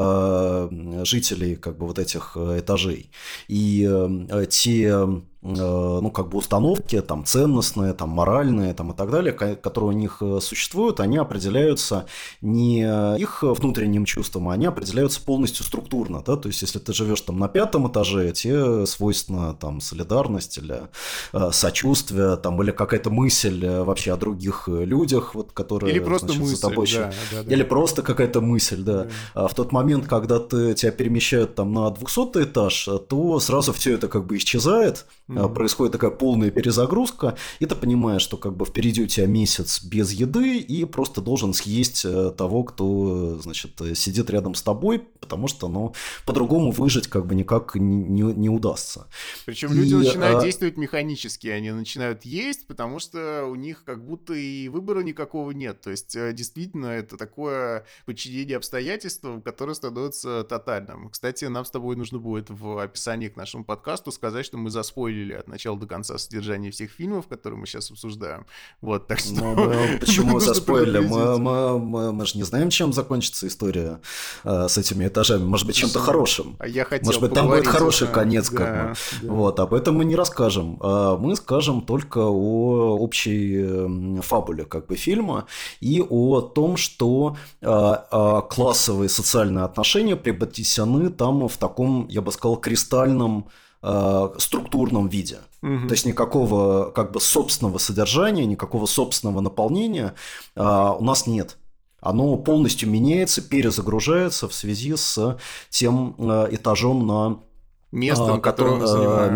жителей, как бы, вот этих этажей. И те как бы установки, там, ценностные, там, моральные, там, и так далее, которые у них существуют, они определяются не их внутренним чувством, а они определяются полностью структурно, да, то есть если ты живешь там на 5-м этаже, тебе свойственна там солидарность или сочувствие, там, или какая-то мысль вообще о других людях, вот, которые, или просто значит, мысль, за тобой, да. Или просто какая-то мысль, да. В тот момент, когда тебя перемещают там на 200-й этаж, то сразу все это как бы исчезает, происходит такая полная перезагрузка, и ты понимаешь, что как бы впереди у тебя месяц без еды, и просто должен съесть того, кто, значит, сидит рядом с тобой, потому что, по-другому выжить как бы никак не удастся. Причем люди начинают действовать механически, они начинают есть, потому что у них как будто и выбора никакого нет. То есть, действительно, это такое подчинение обстоятельствам, которое становится тотальным. Кстати, нам с тобой нужно будет в описании к нашему подкасту сказать, что мы заспойлили от начала до конца содержание всех фильмов, которые мы сейчас обсуждаем. Вот, так что... Почему заспойлили? Мы же не знаем, чем закончится история с этими этажами. Может быть, чем-то хорошим. Может быть, там будет хороший конец. Как бы. Вот, об этом мы не расскажем. Мы скажем только о общей фабуле как бы фильма и о том, что классовые социальные отношения преподнесены там в таком, я бы сказал, кристальном структурном виде. То есть никакого как бы собственного содержания, никакого собственного наполнения у нас нет. Оно полностью меняется, перезагружается в связи с тем этажом на местом, которое мы занимаем.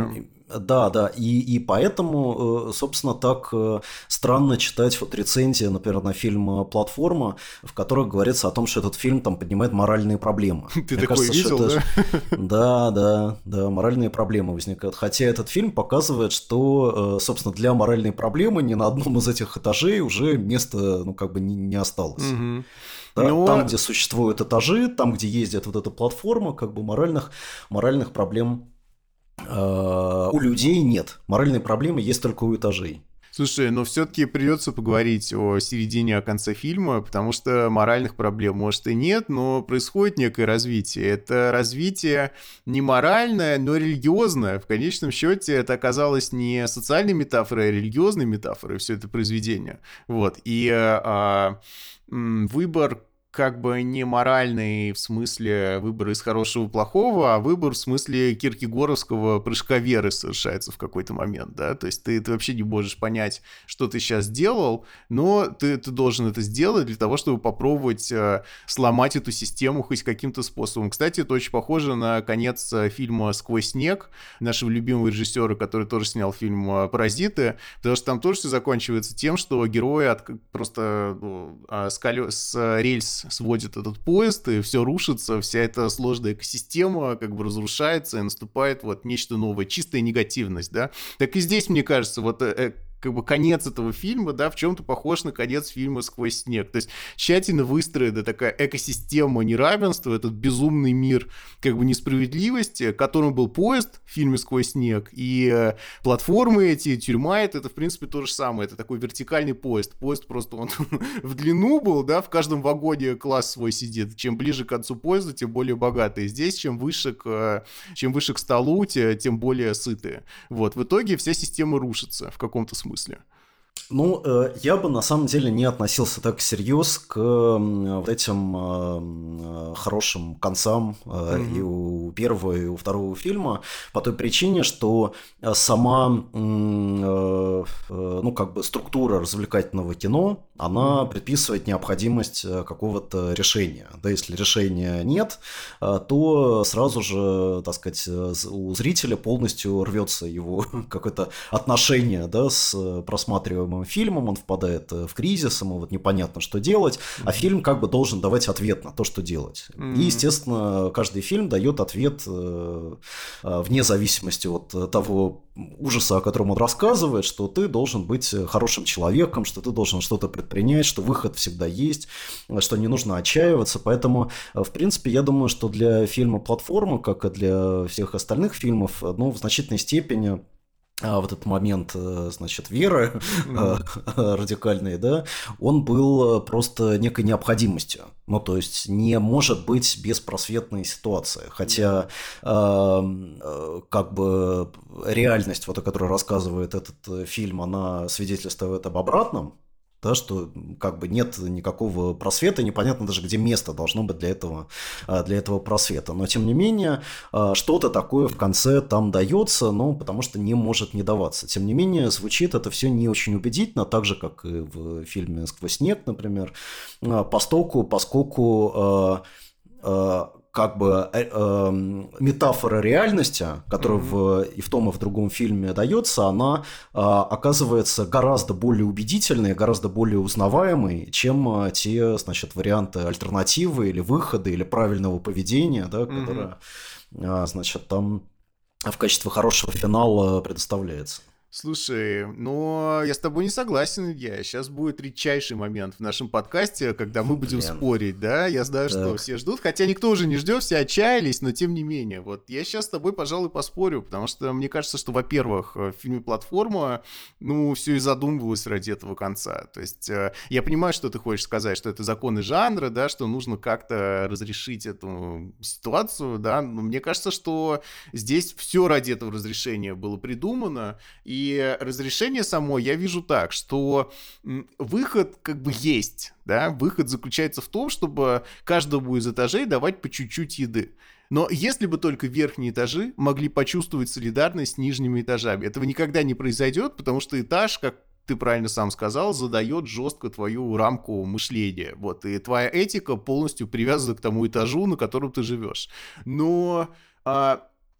Да, да, и поэтому, собственно, так странно читать вот рецензии, например, на фильм «Платформа», в которых говорится о том, что этот фильм там поднимает моральные проблемы. Ты Мне такое кажется, что видел, это... да? Да, да, да, моральные проблемы возникают. Хотя этот фильм показывает, что, собственно, для моральной проблемы ни на одном из этих этажей уже места, ну, как бы не осталось. Мгм. Да, там, Но где существуют этажи, там, где ездит вот эта платформа, как бы моральных проблем у людей нет. Моральные проблемы есть только у этажей. слушай, но все-таки придется поговорить о середине, о конце фильма, потому что моральных проблем, может, и нет, но происходит некое развитие. Это развитие не моральное, но религиозное. В конечном счете это оказалось не социальной метафорой, а религиозной метафорой, все это произведение. Вот. И выбор как бы не моральный в смысле выбора из хорошего и плохого, а выбор в смысле киркегоровского прыжка веры совершается в какой-то момент, да, то есть ты вообще не можешь понять, что ты сейчас сделал, но ты должен это сделать для того, чтобы попробовать сломать эту систему хоть каким-то способом. Кстати, это очень похоже на конец фильма «Сквозь снег» нашего любимого режиссера, который тоже снял фильм «Паразиты», потому что там тоже все заканчивается тем, что герои просто с рельс сводит этот поезд, и все рушится, вся эта сложная экосистема как бы разрушается, и наступает вот нечто новое, чистая негативность, да. Так и здесь, мне кажется, вот как бы конец этого фильма, да, в чем-то похож на конец фильма «Сквозь снег». То есть тщательно выстроена такая экосистема неравенства, этот безумный мир как бы несправедливости, которым был поезд в фильме «Сквозь снег», и платформы эти, тюрьма, это в принципе то же самое, это такой вертикальный поезд. Поезд просто он в длину был, да, в каждом вагоне класс свой сидит. Чем ближе к концу поезда, тем более богатые. Здесь чем выше к столу, тем более сытые. Вот, в итоге вся система рушится в каком-то смысле. Ну, я бы на самом деле не относился так всерьез к вот этим хорошим концам и у первого, и у второго фильма по той причине, что сама, ну, как бы структура развлекательного кино, она предписывает необходимость какого-то решения. Да, если решения нет, то сразу же, так сказать, у зрителя полностью рвется его какое-то отношение, да, с просматриваемым фильмом, он впадает в кризис, ему вот непонятно, что делать, а фильм как бы должен давать ответ на то, что делать. И, естественно, каждый фильм дает ответ вне зависимости от того ужаса, о котором он рассказывает, что ты должен быть хорошим человеком, что ты должен что-то предпринять, что выход всегда есть, что не нужно отчаиваться. Поэтому, в принципе, я думаю, что для фильма «Платформа», как и для всех остальных фильмов, ну, в значительной степени вот этот момент, значит, веры радикальной, да, он был просто некой необходимостью. Ну, то есть не может быть беспросветной ситуации. Хотя как бы реальность, вот о которой рассказывает этот фильм, она свидетельствует об обратном. Да, что как бы нет никакого просвета, непонятно даже, где место должно быть для этого просвета. Но, тем не менее, что-то такое в конце там дается, ну, потому что не может не даваться. Тем не менее, звучит это все не очень убедительно, так же, как и в фильме «Сквозь снег», например, поскольку как бы метафора реальности, которая и в том, и в другом фильме дается, она оказывается гораздо более убедительной, гораздо более узнаваемой, чем те, значит, варианты альтернативы или выхода, или правильного поведения, да, которое, значит, там в качестве хорошего финала предоставляется. Слушай, но я с тобой не согласен, Илья. Сейчас будет редчайший момент в нашем подкасте, когда мы будем спорить, да? Я знаю, что все ждут, хотя никто уже не ждет, все отчаялись, но тем не менее. Вот я сейчас с тобой, пожалуй, поспорю, потому что мне кажется, что, во-первых, в фильме «Платформа», ну, все и задумывалось ради этого конца. То есть я понимаю, что ты хочешь сказать, что это законы жанра, да, что нужно как-то разрешить эту ситуацию, да, но мне кажется, что здесь все ради этого разрешения было придумано, и разрешение само я вижу так, что выход как бы есть, да, выход заключается в том, чтобы каждому из этажей давать по чуть-чуть еды. Но если бы только верхние этажи могли почувствовать солидарность с нижними этажами, этого никогда не произойдет, потому что этаж, как ты правильно сам сказал, задает жестко твою рамку мышления. Вот, и твоя этика полностью привязана к тому этажу, на котором ты живешь. Но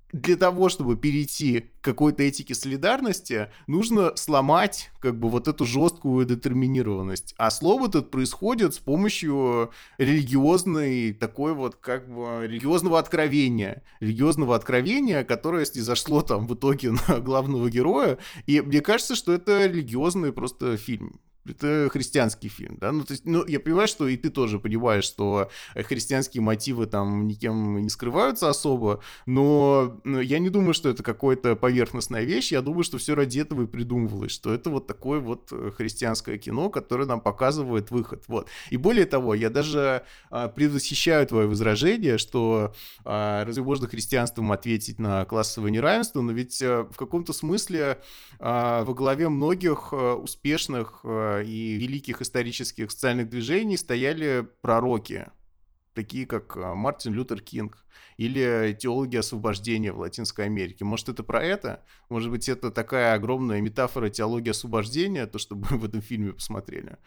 для того, чтобы перейти к какой-то этике солидарности, нужно сломать как бы вот эту жесткую детерминированность. А слом этот происходит с помощью религиозной такой вот как бы религиозного откровения, которое снизошло там в итоге на главного героя. И мне кажется, что это религиозный просто фильм. Это христианский фильм, да, ну, то есть, ну, я понимаю, что и ты тоже понимаешь, что христианские мотивы там никем не скрываются особо, но я не думаю, что это какая-то поверхностная вещь, я думаю, что все ради этого и придумывалось, что это вот такое вот христианское кино, которое нам показывает выход, вот. И более того, я даже предвосхищаю твое возражение, что разве можно христианством ответить на классовое неравенство, но ведь в каком-то смысле во главе многих успешных и великих исторических социальных движений стояли пророки, такие как Мартин Лютер Кинг или теологи освобождения в Латинской Америке. Может, это про это? Может быть, это такая огромная метафора теологии освобождения, то, что мы в этом фильме посмотрели?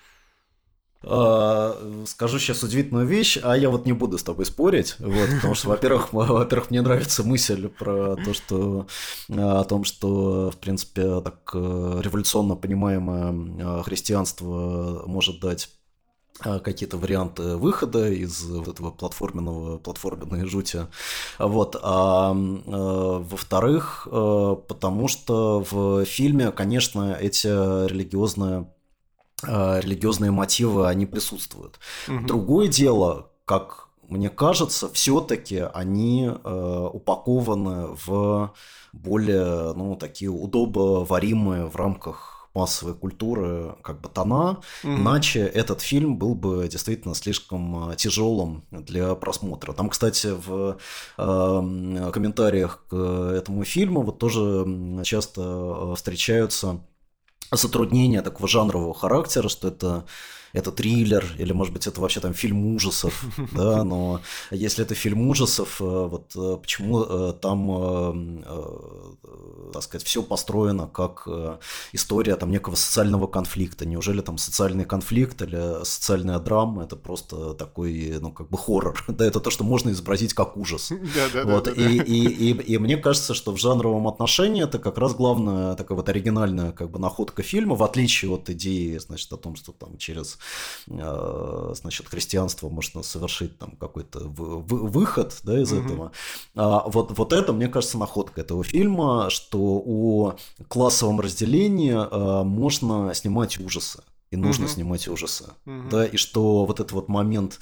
Скажу сейчас удивительную вещь, а я вот не буду с тобой спорить, вот, потому что, во-первых, мне нравится мысль про то, что о том, что, в принципе, так революционно понимаемое христианство может дать какие-то варианты выхода из вот этого платформенной жути. Вот. Во-вторых, потому что в фильме, конечно, эти религиозные мотивы, они присутствуют. Другое дело, как мне кажется, все-таки они упакованы в более, ну, такие удобоваримые в рамках массовой культуры как бы тона, иначе этот фильм был бы действительно слишком тяжелым для просмотра. Там, кстати, в комментариях к этому фильму вот тоже часто встречаются затруднения такого жанрового характера, что это триллер, или, может быть, это вообще там фильм ужасов, да, но если это фильм ужасов, вот почему там, так сказать, все построено как история там некого социального конфликта? Неужели там социальный конфликт или социальная драма — это просто такой, ну, как бы хоррор, да, это то, что можно изобразить как ужас. Вот, и мне кажется, что в жанровом отношении это как раз главная такая вот оригинальная как бы находка фильма, в отличие от идеи, значит, о том, что там через, значит, христианство можно совершить там какой-то выход, да, из этого. Вот это, мне кажется, находка этого фильма, что о классовом разделении можно снимать ужасы. И нужно снимать ужасы. Да, и что вот этот вот момент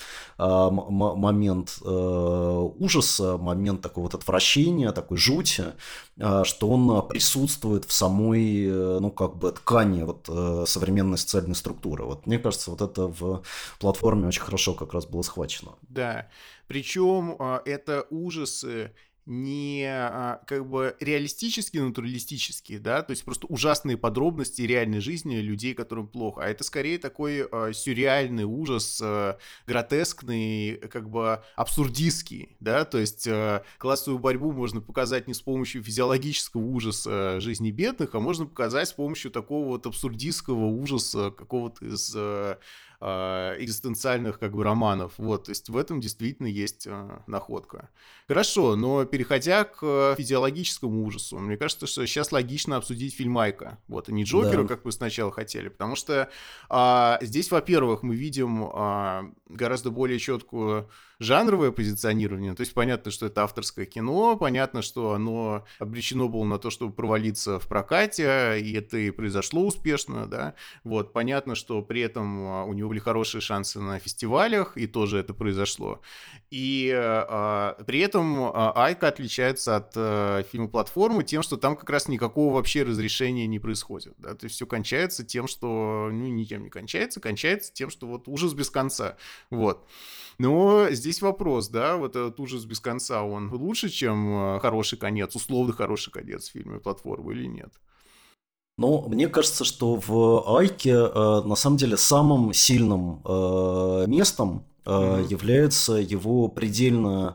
ужаса, момент такого вот отвращения, такой жути, что он присутствует в самой, ну, как бы ткани вот современной социальной структуры. Вот мне кажется, вот это в платформе очень хорошо как раз было схвачено. Да, причем это ужасы не как бы реалистические, натуралистические, да, то есть просто ужасные подробности реальной жизни людей, которым плохо, а это скорее такой сюрреальный ужас, гротескный, как бы абсурдистский, да, то есть классовую борьбу можно показать не с помощью физиологического ужаса жизни бедных, а можно показать с помощью такого вот абсурдистского ужаса какого-то из экзистенциальных как бы романов. Вот, то есть в этом действительно есть находка. Хорошо, но переходя к физиологическому ужасу, мне кажется, что сейчас логично обсудить фильм «Айка», вот, а не «Джокера», да, как мы сначала хотели, потому что здесь, во-первых, мы видим гораздо более четкую жанровое позиционирование, то есть понятно, что это авторское кино, понятно, что оно обречено было на то, чтобы провалиться в прокате, и это и произошло успешно, да, вот, понятно, что при этом у него были хорошие шансы на фестивалях, и тоже это произошло, и при этом «Айка» отличается от фильма «Платформы» тем, что там как раз никакого вообще разрешения не происходит, да, то есть все кончается тем, что, ну, ничем не кончается тем, что вот ужас без конца, вот. Но здесь вопрос, да, вот этот ужас без конца, он лучше, чем хороший конец, условно хороший конец в фильме «Платформа» или нет? Ну, мне кажется, что в «Айке» на самом деле самым сильным местом является его предельная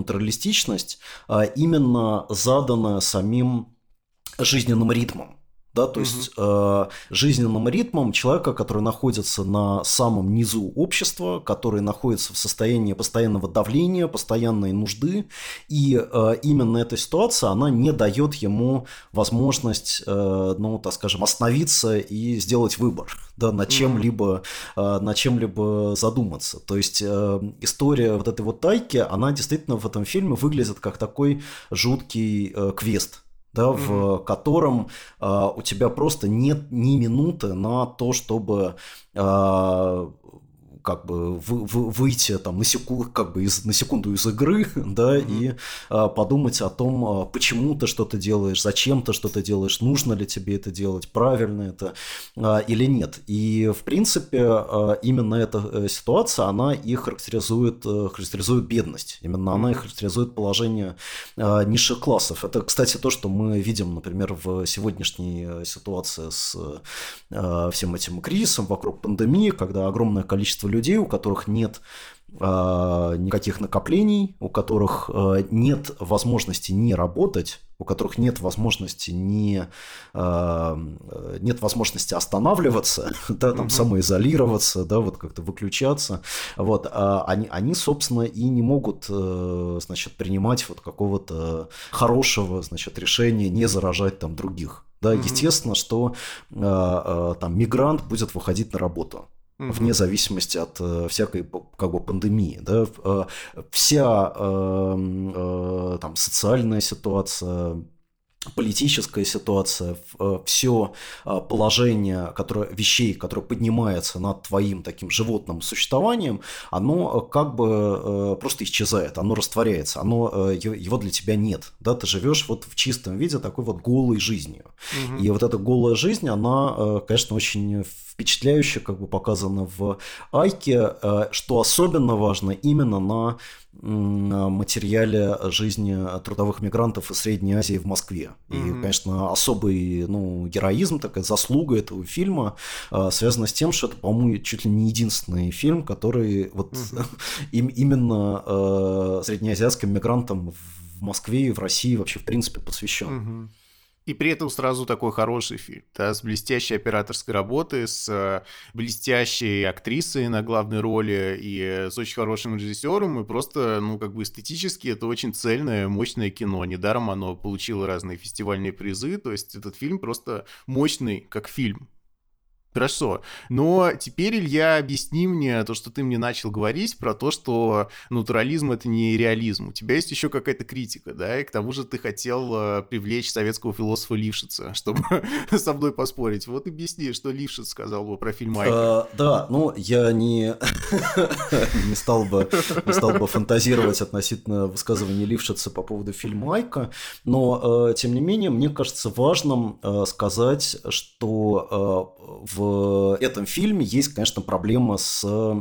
натуралистичность, именно заданная самим жизненным ритмом. Да, то есть жизненным ритмом человека, который находится на самом низу общества, который находится в состоянии постоянного давления, постоянной нужды, и именно эта ситуация, она не дает ему возможность, ну, так скажем, остановиться и сделать выбор, да, над чем-либо задуматься. То есть история вот этой вот тайки, она действительно в этом фильме выглядит как такой жуткий квест, да, в котором у тебя просто нет ни минуты на то, чтобы как бы выйти там, на секунду из игры, да, и подумать о том, почему ты что-то делаешь, зачем ты что-то делаешь, нужно ли тебе это делать, правильно это или нет. И, в принципе, именно эта ситуация, она и характеризует бедность. Именно она и характеризует положение низших классов. Это, кстати, то, что мы видим, например, в сегодняшней ситуации с всем этим кризисом вокруг пандемии, когда огромное количество людей, у которых нет никаких накоплений, у которых нет возможности не работать, у которых нет возможности останавливаться, да, там, самоизолироваться, да, вот как-то выключаться, вот, они, собственно, и не могут, значит, принимать вот какого-то хорошего, значит, решения не заражать там других. Да, естественно, что там мигрант будет выходить на работу. Вне зависимости от всякой как бы пандемии, да, вся там социальная ситуация, политическая ситуация, все положение вещей, которое поднимается над твоим таким животным существованием, оно как бы просто исчезает, оно растворяется, его для тебя нет. Да? Ты живешь вот в чистом виде такой вот голой жизнью. И вот эта голая жизнь, она, конечно, очень впечатляюще как бы показана в Айке, что особенно важно именно на материале жизни трудовых мигрантов из Средней Азии в Москве. И, конечно, особый героизм, такая заслуга этого фильма связана с тем, что это, по-моему, чуть ли не единственный фильм, который вот именно среднеазиатским мигрантам в Москве и в России вообще в принципе посвящен. И при этом сразу такой хороший фильм, да, с блестящей операторской работой, с блестящей актрисой на главной роли и с очень хорошим режиссером, и просто, как бы эстетически это очень цельное, мощное кино. Недаром оно получило разные фестивальные призы, то есть этот фильм просто мощный, как фильм. Хорошо, но теперь, Илья, объясни мне то, что ты мне начал говорить про то, что натурализм — это не реализм. У тебя есть еще какая-то критика, да, и к тому же ты хотел привлечь советского философа Лившица, чтобы со мной поспорить. Вот объясни, что Лившиц сказал бы про фильм «Айка». Да, я не стал бы фантазировать относительно высказывания Лившица по поводу фильма «Айка», но, тем не менее, мне кажется важным сказать, что в этом фильме есть, конечно, проблема с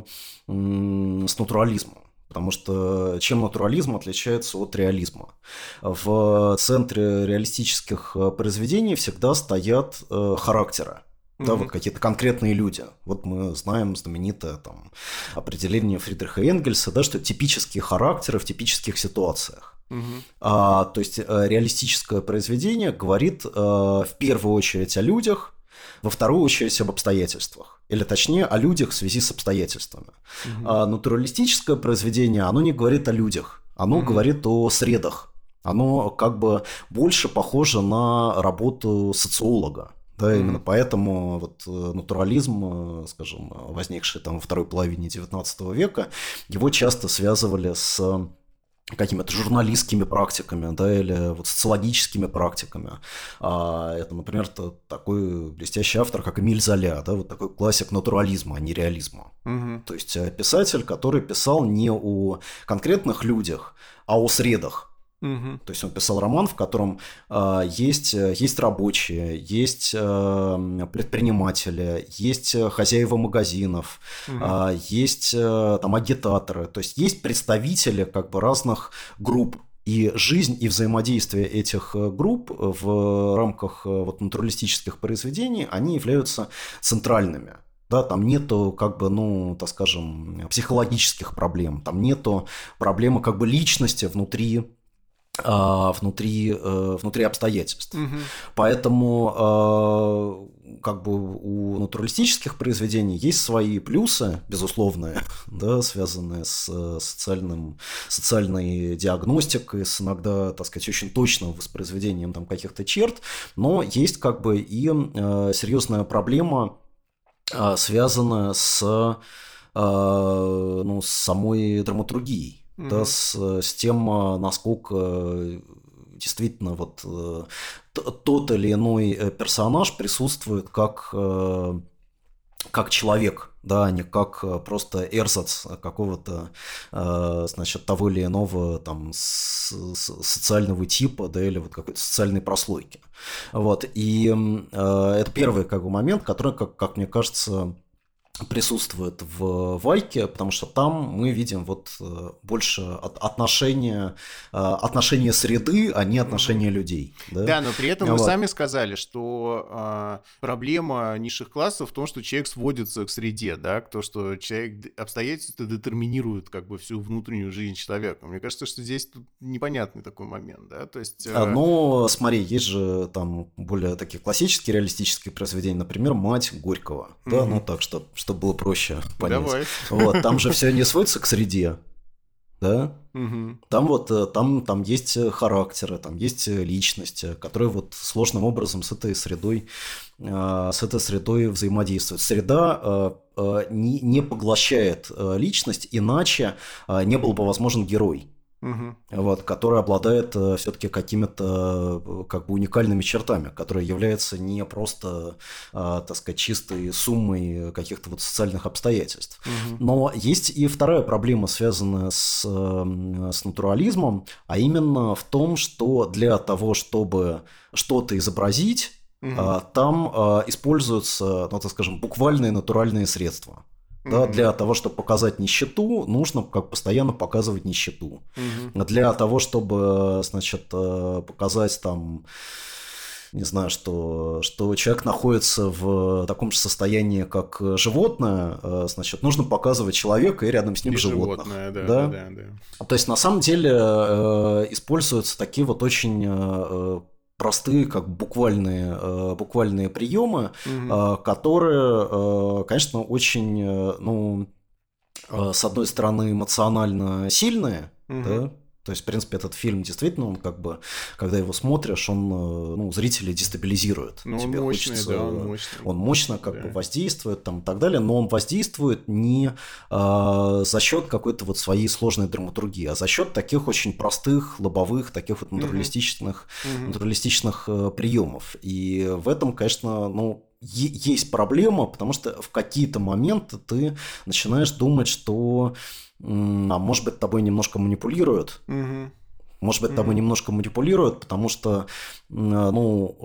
натурализмом. Потому что чем натурализм отличается от реализма? В центре реалистических произведений всегда стоят характеры. Да, вот какие-то конкретные люди. Вот мы знаем знаменитое там определение Фридриха Энгельса, да, что типические характеры в типических ситуациях. То есть реалистическое произведение говорит в первую очередь о людях, во вторую очередь об обстоятельствах. Или точнее, о людях в связи с обстоятельствами. Натуралистическое произведение, оно не говорит о людях, оно говорит о средах. Оно как бы больше похоже на работу социолога. Да, именно поэтому вот натурализм, скажем, возникший там во второй половине XIX века, его часто связывали с какими-то журналистскими практиками, да, или вот социологическими практиками. Это, например, такой блестящий автор, как Эмиль Золя, да, вот такой классик натурализма, а не реализма. То есть писатель, который писал не о конкретных людях, а о средах. То есть он писал роман, в котором есть рабочие, есть предприниматели, есть хозяева магазинов, есть там агитаторы, то есть есть представители как бы разных групп. И жизнь и взаимодействие этих групп в рамках вот натуралистических произведений, они являются центральными. Да, там нету, как бы, так скажем, психологических проблем, там нету проблемы как бы личности внутри внутри обстоятельств. Мгм. Поэтому как бы у натуралистических произведений есть свои плюсы, безусловные, да, связанные с социальной диагностикой, с иногда, так сказать, очень точным воспроизведением там каких-то черт, но есть как бы и серьезная проблема, связанная ну, с самой драматургией, да, Мгм. с тем, насколько действительно вот тот или иной персонаж присутствует как человек, да, а не как просто эрзац какого-то, значит, того или иного там социального типа, да, или вот какой-то социальной прослойки. Вот, и это первый как бы момент, который, как мне кажется, присутствует в Вайке, потому что там мы видим вот больше отношения среды, а не Мгм. отношения людей. Да? Да, но при этом вы Вот. сами сказали, что проблема низших классов в том, что человек сводится к среде, да, к тому, что обстоятельства детерминируют как бы всю внутреннюю жизнь человека. Мне кажется, что здесь тут непонятный такой момент, да, то есть... Но смотри, есть же там более такие классические реалистические произведения, например, «Мать» Горького. Да, ну Мгм. так, чтобы было проще понять. Давай. Вот, там же все не сводится к среде, да? Мгм. Там вот там есть характеры, там есть личности, которые вот сложным образом с этой средой взаимодействуют. Среда не поглощает личность, иначе не был бы возможен герой. Мгм. Вот, который обладает все-таки какими-то как бы уникальными чертами, которые являются не просто, так сказать, чистой суммой каких-то вот социальных обстоятельств. Мгм. Но есть и вторая проблема, связанная с натурализмом, а именно в том, что для того, чтобы что-то изобразить, Мгм. там используются, ну, так скажем, буквальные натуральные средства. Да, Мгм. для того, чтобы показать нищету, нужно как постоянно показывать нищету. Мгм. Для того, чтобы, значит, показать там, не знаю, что человек находится в таком же состоянии, как животное, значит, нужно показывать человека и рядом с ним И животных. животное, да, да, Да? да, да. То есть, на самом деле, используются такие вот очень простые, как буквальные приемы, Мгм. которые, конечно, очень, ну, с одной стороны, эмоционально сильные, Мгм. да, то есть, в принципе, этот фильм действительно, он как бы, когда его смотришь, он, ну, зрителей дестабилизирует. Ну, он Тебе мощный, да, он хочется, мощный. он мощно как бы Да. воздействует там и так далее, но он воздействует не за счет какой-то вот своей сложной драматургии, а за счет таких очень простых, лобовых, таких вот Мгм. натуралистичных, Мгм. натуралистичных приемов. И в этом, конечно, ну, есть проблема, потому что в какие-то моменты ты начинаешь думать, что, может быть, тобой немножко манипулируют. Мгм. Может быть, тобой Мгм. немножко манипулируют, потому что, ну,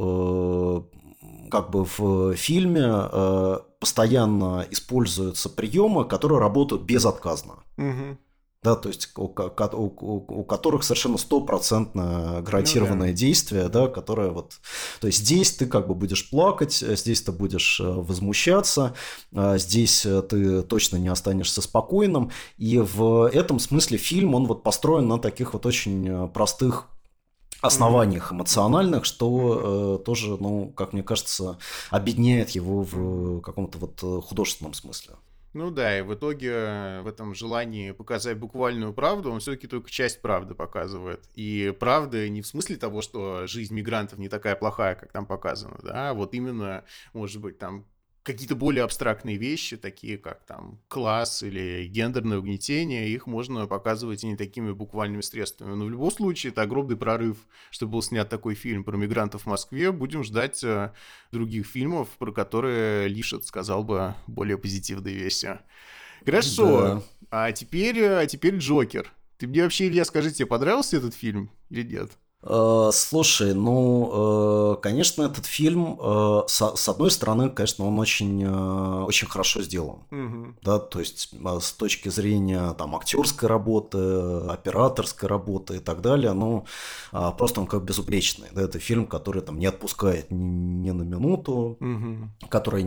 как бы в фильме постоянно используются приемы, которые работают безотказно. Мгм. Да, то есть у которых совершенно стопроцентно Ну да. гарантированное действие, Да. да, которое вот... То есть здесь ты как бы будешь плакать, здесь ты будешь возмущаться, здесь ты точно не останешься спокойным. И в этом смысле фильм, он вот построен на таких вот очень простых Мгм. основаниях Мгм. эмоциональных, Мгм. что тоже, ну, как мне кажется, объединяет его Мгм. в каком-то вот художественном смысле. Ну да, и в итоге в этом желании показать буквальную правду, он все-таки только часть правды показывает. И правда не в смысле того, что жизнь мигрантов не такая плохая, как там показано, да, а вот именно, может быть, там какие-то более абстрактные вещи, такие как там класс или гендерное угнетение, их можно показывать и не такими буквальными средствами. Но в любом случае это огромный прорыв, что был снят такой фильм про мигрантов в Москве. Будем ждать других фильмов, про которые Лишет сказал бы более позитивные вещи. Хорошо, Да. а теперь Джокер. Ты мне вообще, Илья, скажи, тебе понравился этот фильм или нет? Слушай, ну, конечно, этот фильм, с одной стороны, конечно, он очень хорошо сделан. Мгм. Да, то есть с точки зрения там актерской работы, операторской работы и так далее, ну, просто он как безупречный. Да, это фильм, который там не отпускает ни на минуту, Мгм. который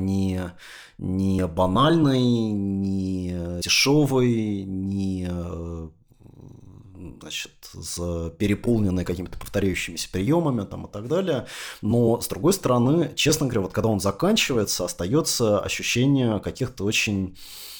не банальный, не дешевый, не значит, переполненный какими-то повторяющимися приемами там, и так далее. Но, с другой стороны, честно говоря, вот когда он заканчивается, остается ощущение каких-то очень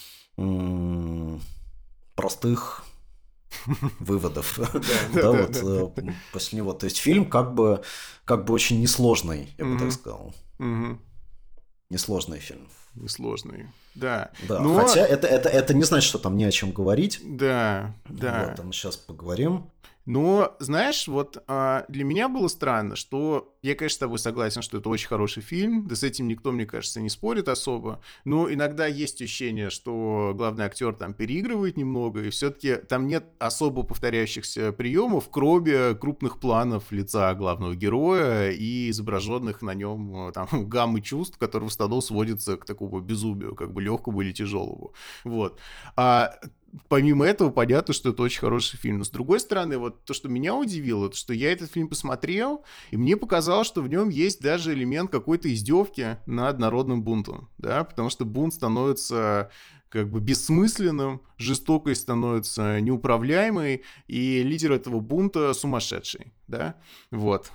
простых выводов. Да, вот после него. То есть фильм как бы очень несложный, я бы так сказал. Несложный фильм. Несложный, да. Но... Хотя это не значит, что там не о чем говорить. Да. Вот, мы сейчас поговорим. Но, знаешь, вот для меня было странно, что я, конечно, с тобой согласен, что это очень хороший фильм, да с этим никто, мне кажется, не спорит особо, но иногда есть ощущение, что главный актер там переигрывает немного, и все-таки там нет особо повторяющихся приемов, кроме крупных планов лица главного героя и изображенных на нем там гаммы чувств, которые в основном сводятся к такому безумию, как бы легкому или тяжелому. Вот. Помимо этого, понятно, что это очень хороший фильм. Но с другой стороны, вот то, что меня удивило, то, что я этот фильм посмотрел, и мне показалось, что в нем есть даже элемент какой-то издевки над народным бунтом, да, потому что бунт становится как бы бессмысленным, жестокость становится неуправляемой, и лидер этого бунта сумасшедший, да, вот.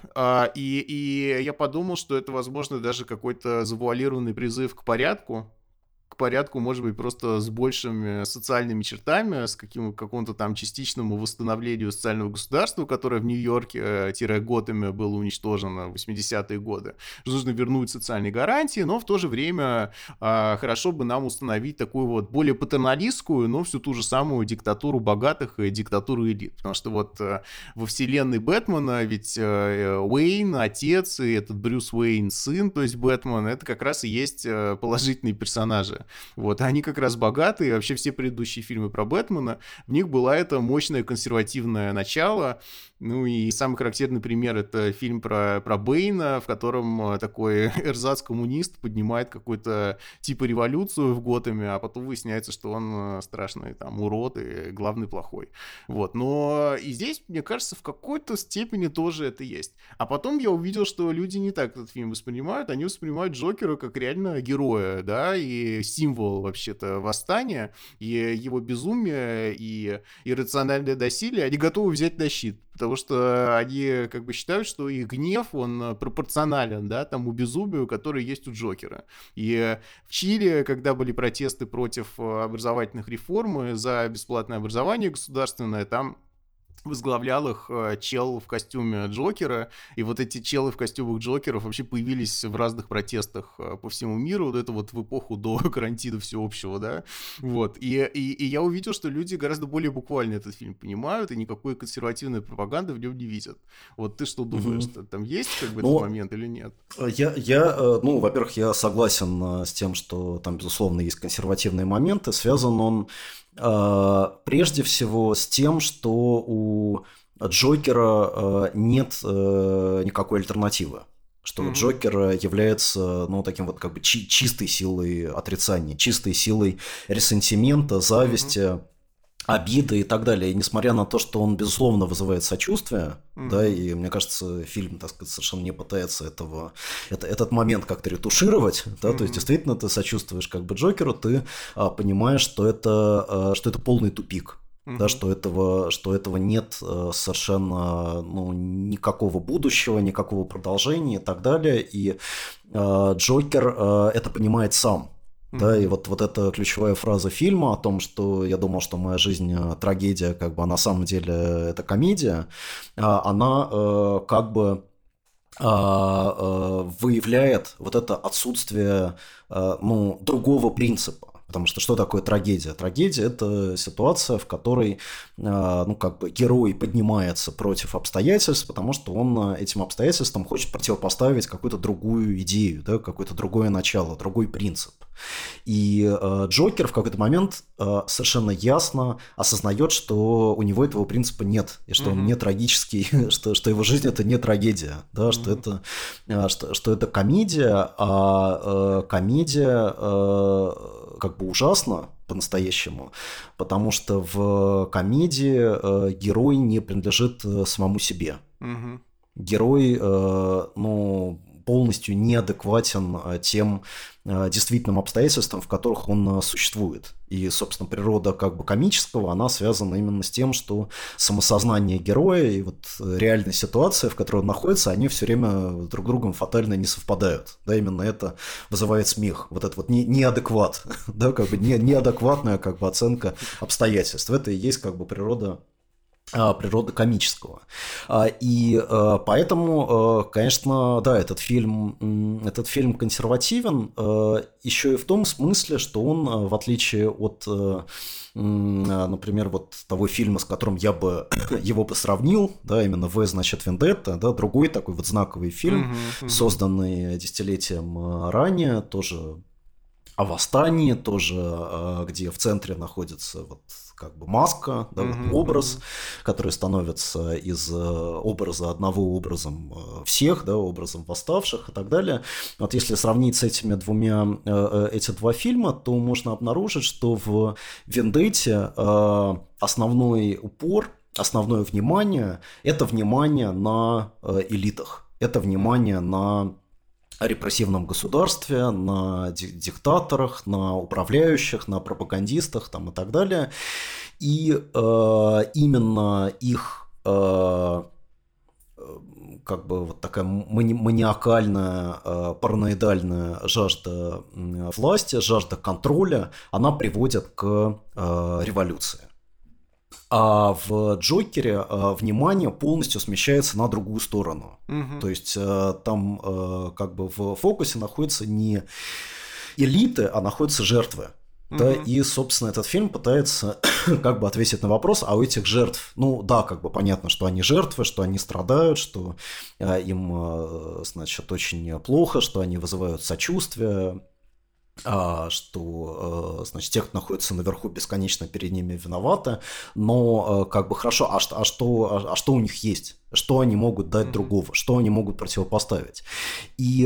И я подумал, что это, возможно, даже какой-то завуалированный призыв к порядку, может быть, просто с большими социальными чертами, с какому-то там частичному восстановлению социального государства, которое в Нью-Йорке-Готэме было уничтожено в 80-е годы. Нужно вернуть социальные гарантии, но в то же время хорошо бы нам установить такую вот более патерналистскую, но всю ту же самую диктатуру богатых и диктатуру элит. Потому что вот во вселенной Бэтмена ведь Уэйн, отец, и этот Брюс Уэйн, сын, то есть Бэтмен, это как раз и есть положительные персонажи. Вот, они как раз богатые, вообще все предыдущие фильмы про Бэтмена, в них была это мощное консервативное начало. Ну и самый характерный пример — это фильм про Бэйна, в котором такой эрзац-коммунист поднимает какую-то типа революцию в Готэме, а потом выясняется, что он страшный там урод и главный плохой. Вот, но и здесь, мне кажется, в какой-то степени тоже это есть. А потом я увидел, что люди не так этот фильм воспринимают, они воспринимают Джокера как реально героя, да, и символ вообще-то восстания, и его безумие, и иррациональное насилие, они готовы взять на щит. Потому что они как бы считают, что их гнев, он пропорционален, да, тому безумию, которое есть у Джокера. И в Чили, когда были протесты против образовательных реформ и за бесплатное образование государственное, там возглавлял их чел в костюме Джокера, и вот эти челы в костюмах Джокеров вообще появились в разных протестах по всему миру, вот это вот в эпоху до карантина всеобщего, да, вот, и я увидел, что люди гораздо более буквально этот фильм понимают, и никакой консервативной пропаганды в нем не видят. Вот ты что думаешь, там есть как бы этот момент или нет? Ну, во-первых, я согласен с тем, что там, безусловно, есть консервативные моменты, связан он прежде всего с тем, что у Джокера нет никакой альтернативы. Что Джокер является, ну, таким вот как бы чистой силой отрицания, чистой силой ресентимента, зависти, обиды и так далее. И несмотря на то, что он, безусловно, вызывает сочувствие, да, и мне кажется, фильм, так сказать, совершенно не пытается этот момент как-то ретушировать, да, то есть действительно ты сочувствуешь как бы Джокеру, ты понимаешь, что это полный тупик. Да, что этого нет совершенно, ну, никакого будущего, никакого продолжения и так далее. И Джокер это понимает сам. Да, и вот эта ключевая фраза фильма о том, что я думал, что моя жизнь трагедия, как бы, а на самом деле это комедия, она как бы выявляет вот это отсутствие, ну, другого принципа. Потому что такое трагедия? Трагедия – это ситуация, в которой, ну, как бы герой поднимается против обстоятельств, потому что он этим обстоятельствам хочет противопоставить какую-то другую идею, да, какое-то другое начало, другой принцип. И Джокер в какой-то момент совершенно ясно осознает, что у него этого принципа нет, и что он не трагический, что его жизнь – это не трагедия, да, что это комедия, а комедия как бы ужасно по-настоящему, потому что в комедии герой не принадлежит самому себе. Герой, ну, полностью неадекватен тем действительным обстоятельствам, в которых он существует. И, собственно, природа как бы комического, она связана именно с тем, что самосознание героя и вот реальная ситуация, в которой он находится, они все время друг с другом фатально не совпадают. Да, именно это вызывает смех. Вот это вот неадекват, да, как бы неадекватная как бы оценка обстоятельств. Это и есть как бы природа комического. И поэтому, конечно, да, этот фильм консервативен еще и в том смысле, что он, в отличие от, например, вот того фильма, с которым я бы его бы сравнил, да, именно «В, значит, Вендетта», да, другой такой вот знаковый фильм, созданный десятилетием ранее, тоже о восстании, тоже, где в центре находится вот как бы маска, да, образ, который становится из образа одного образом всех, да, образом восставших и так далее. Вот если сравнить с эти два фильма, то можно обнаружить, что в «Вендетте» основной упор, основное внимание – это внимание на элитах, это внимание на репрессивном государстве, на диктаторах, на управляющих, на пропагандистах там, и так далее. И именно их как бы вот такая маниакальная, параноидальная жажда власти, жажда контроля, она приводит к революции. А в «Джокере» внимание полностью смещается на другую сторону. То есть там как бы в фокусе находятся не элиты, а находятся жертвы. Да, и, собственно, этот фильм пытается как бы ответить на вопрос, а у этих жертв, ну да, как бы понятно, что они жертвы, что они страдают, что им, значит, очень плохо, что они вызывают сочувствие, что, значит, те, кто находится наверху, бесконечно перед ними виноваты, но как бы хорошо, а что у них есть? Что они могут дать другого? Что они могут противопоставить? И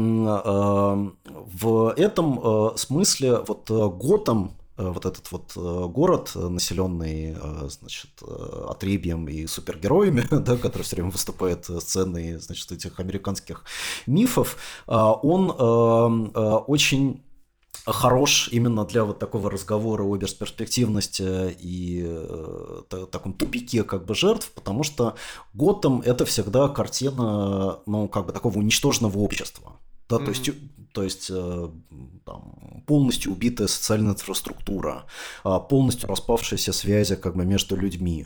в этом смысле вот Готэм, вот этот вот город, населенный, значит, отребьем и супергероями, да, который все время выступает сценой, значит, этих американских мифов, он очень хорош именно для вот такого разговора о бесперспективности и таком тупике как бы жертв, потому что Готэм – это всегда картина, ну, как бы такого уничтоженного общества. Да, то есть там, полностью убитая социальная инфраструктура, полностью распавшиеся связи как бы между людьми,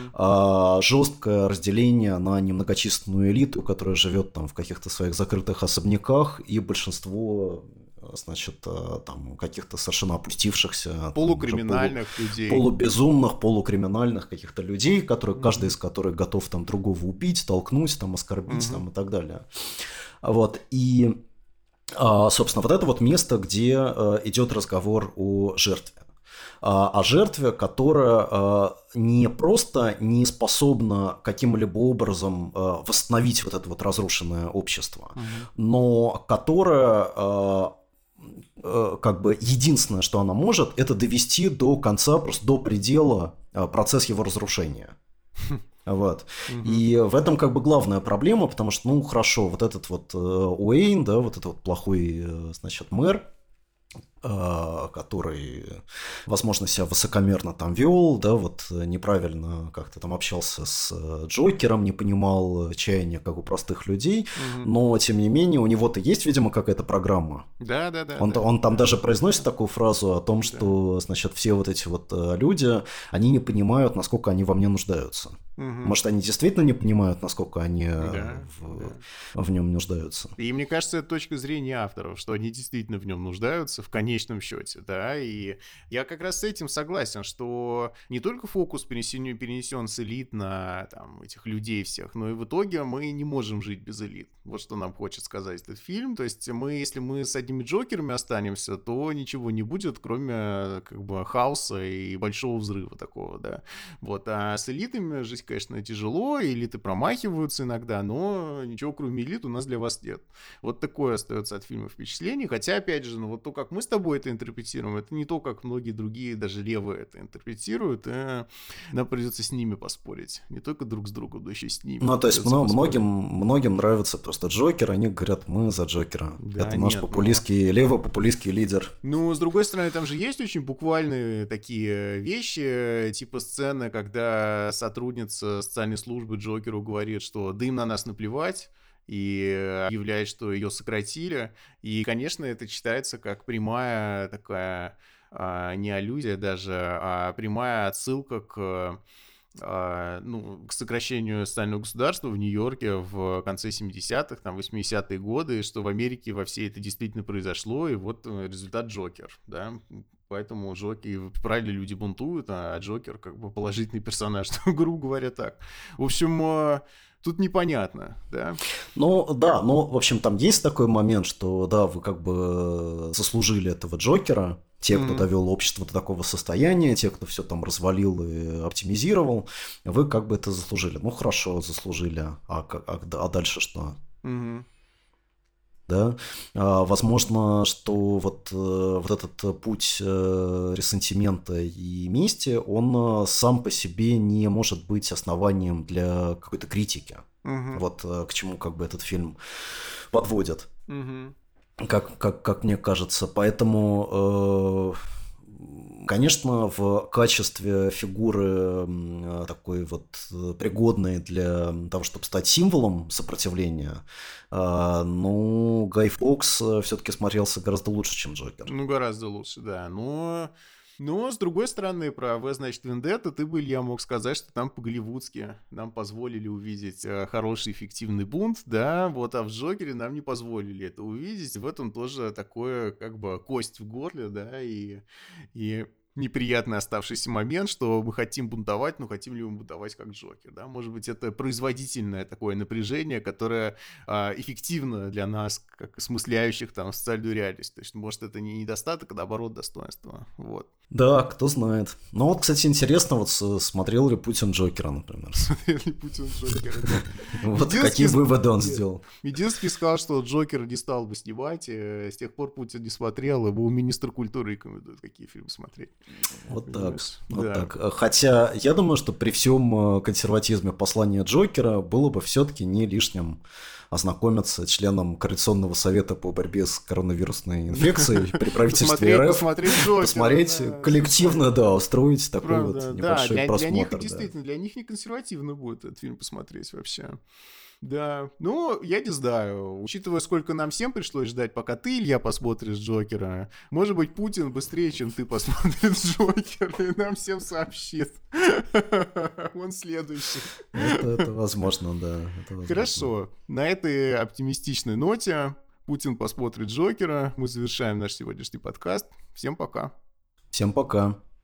жесткое разделение на немногочисленную элиту, которая живет там в каких-то своих закрытых особняках, и большинство, значит, там каких-то совершенно опустившихся полукриминальных людей, полубезумных, полукриминальных каких-то людей, которые, каждый из которых готов там другого убить, толкнуть, там, оскорбить, там, и так далее. Вот, и, собственно, вот это вот место, где идет разговор о жертве. О жертве, которая не просто не способна каким-либо образом восстановить вот это вот разрушенное общество, но которая как бы единственное, что она может, это довести до конца, просто до предела процесс его разрушения. Вот. И в этом как бы главная проблема, потому что, ну, хорошо, вот этот вот Уэйн, да, вот этот вот плохой, значит, мэр, который, возможно, себя высокомерно там вел, да, вот неправильно как-то там общался с Джокером, не понимал чаяния как у простых людей, но, тем не менее, у него-то есть, видимо, какая-то программа. Да. Он там даже произносит такую фразу о том, что, значит, все вот эти вот люди, они не понимают, насколько они во мне нуждаются. Может, они действительно не понимают, насколько они в нем нуждаются. И мне кажется, это точка зрения авторов, что они действительно в нем нуждаются в конечном счете, да, и я как раз с этим согласен, что не только фокус перенесен с элит на там, этих людей всех, но и в итоге мы не можем жить без элит. Вот что нам хочет сказать этот фильм. То есть если мы с одними Джокерами останемся, то ничего не будет, кроме как бы хаоса и большого взрыва такого, да. Вот, а с элитами жить, конечно, тяжело, элиты промахиваются иногда, но ничего кроме элит у нас для вас нет. Вот такое остается от фильма впечатление. Хотя, опять же, ну вот то, как мы с тобой тобой это интерпретируем, это не то, как многие другие, даже левые это интерпретируют, и нам придется с ними поспорить. Не только друг с другом, но еще и с ними. Ну, то есть многим нравится просто Джокер, они говорят, мы за Джокера. Да, это наш левый популистский лидер. Ну, с другой стороны, там же есть очень буквальные такие вещи, типа сцены, когда сотрудница социальной службы Джокеру говорит, что да им на нас наплевать, и объявляет, что ее сократили. И, конечно, это читается как прямая такая, не аллюзия даже, а прямая отсылка к сокращению социального государства в Нью-Йорке в конце 70-х, там, 80-е годы, что в Америке во всей это действительно произошло, и вот результат Джокер, да. Поэтому Джокер, правильно, люди бунтуют, а Джокер как бы положительный персонаж, грубо говоря, так. В общем, тут непонятно, да? Ну, да, в общем, там есть такой момент, что, да, вы как бы заслужили этого Джокера, те, кто довел общество до такого состояния, те, кто все там развалил и оптимизировал, вы как бы это заслужили. Ну, хорошо, заслужили, а дальше что? Да, возможно, что вот этот путь ресентимента и мести, он сам по себе не может быть основанием для какой-то критики. Вот к чему как бы этот фильм подводит, как мне кажется. Поэтому, конечно, в качестве фигуры такой вот пригодной для того, чтобы стать символом сопротивления, Гай Фокс все-таки смотрелся гораздо лучше, чем Джокер. Ну, гораздо лучше, да. Но, с другой стороны, про «В, значит, Вендетта» ты бы, Илья, мог сказать, что там по-голливудски нам позволили увидеть хороший эффективный бунт, да, вот, а в «Джокере» нам не позволили это увидеть. В этом тоже такое, как бы, кость в горле, да, и неприятный оставшийся момент, что мы хотим бунтовать, но хотим ли мы бунтовать как Джокер, да? Может быть, это производительное такое напряжение, которое эффективно для нас, как осмысляющих там социальную реальность. То есть, может, это не недостаток, а наоборот достоинство. Вот. Да, кто знает. Ну вот, кстати, интересно, вот смотрел ли Путин Джокера, например. Смотрел ли Путин Джокера, да. Вот какие выводы он сделал. Единственный сказал, что Джокер не стал бы снимать, и с тех пор Путин не смотрел, ему министр культуры рекомендует, какие фильмы смотреть. Вот так, вот так. Хотя я думаю, что при всем консерватизме послания Джокера было бы все-таки не лишним ознакомиться членам Координационного совета по борьбе с коронавирусной инфекцией при правительстве РФ. Посмотреть коллективно, да, устроить такой вот небольшой просмотр. Для них действительно, для них не консервативно будет этот фильм посмотреть вообще. Да, ну, я не знаю, учитывая, сколько нам всем пришлось ждать, пока ты, Илья, посмотришь Джокера, может быть, Путин быстрее, чем ты посмотришь Джокера, и нам всем сообщит. Он следующий. Это возможно, да. Хорошо, на этой оптимистичной ноте Путин посмотрит Джокера, мы завершаем наш сегодняшний подкаст. Всем пока. Всем пока.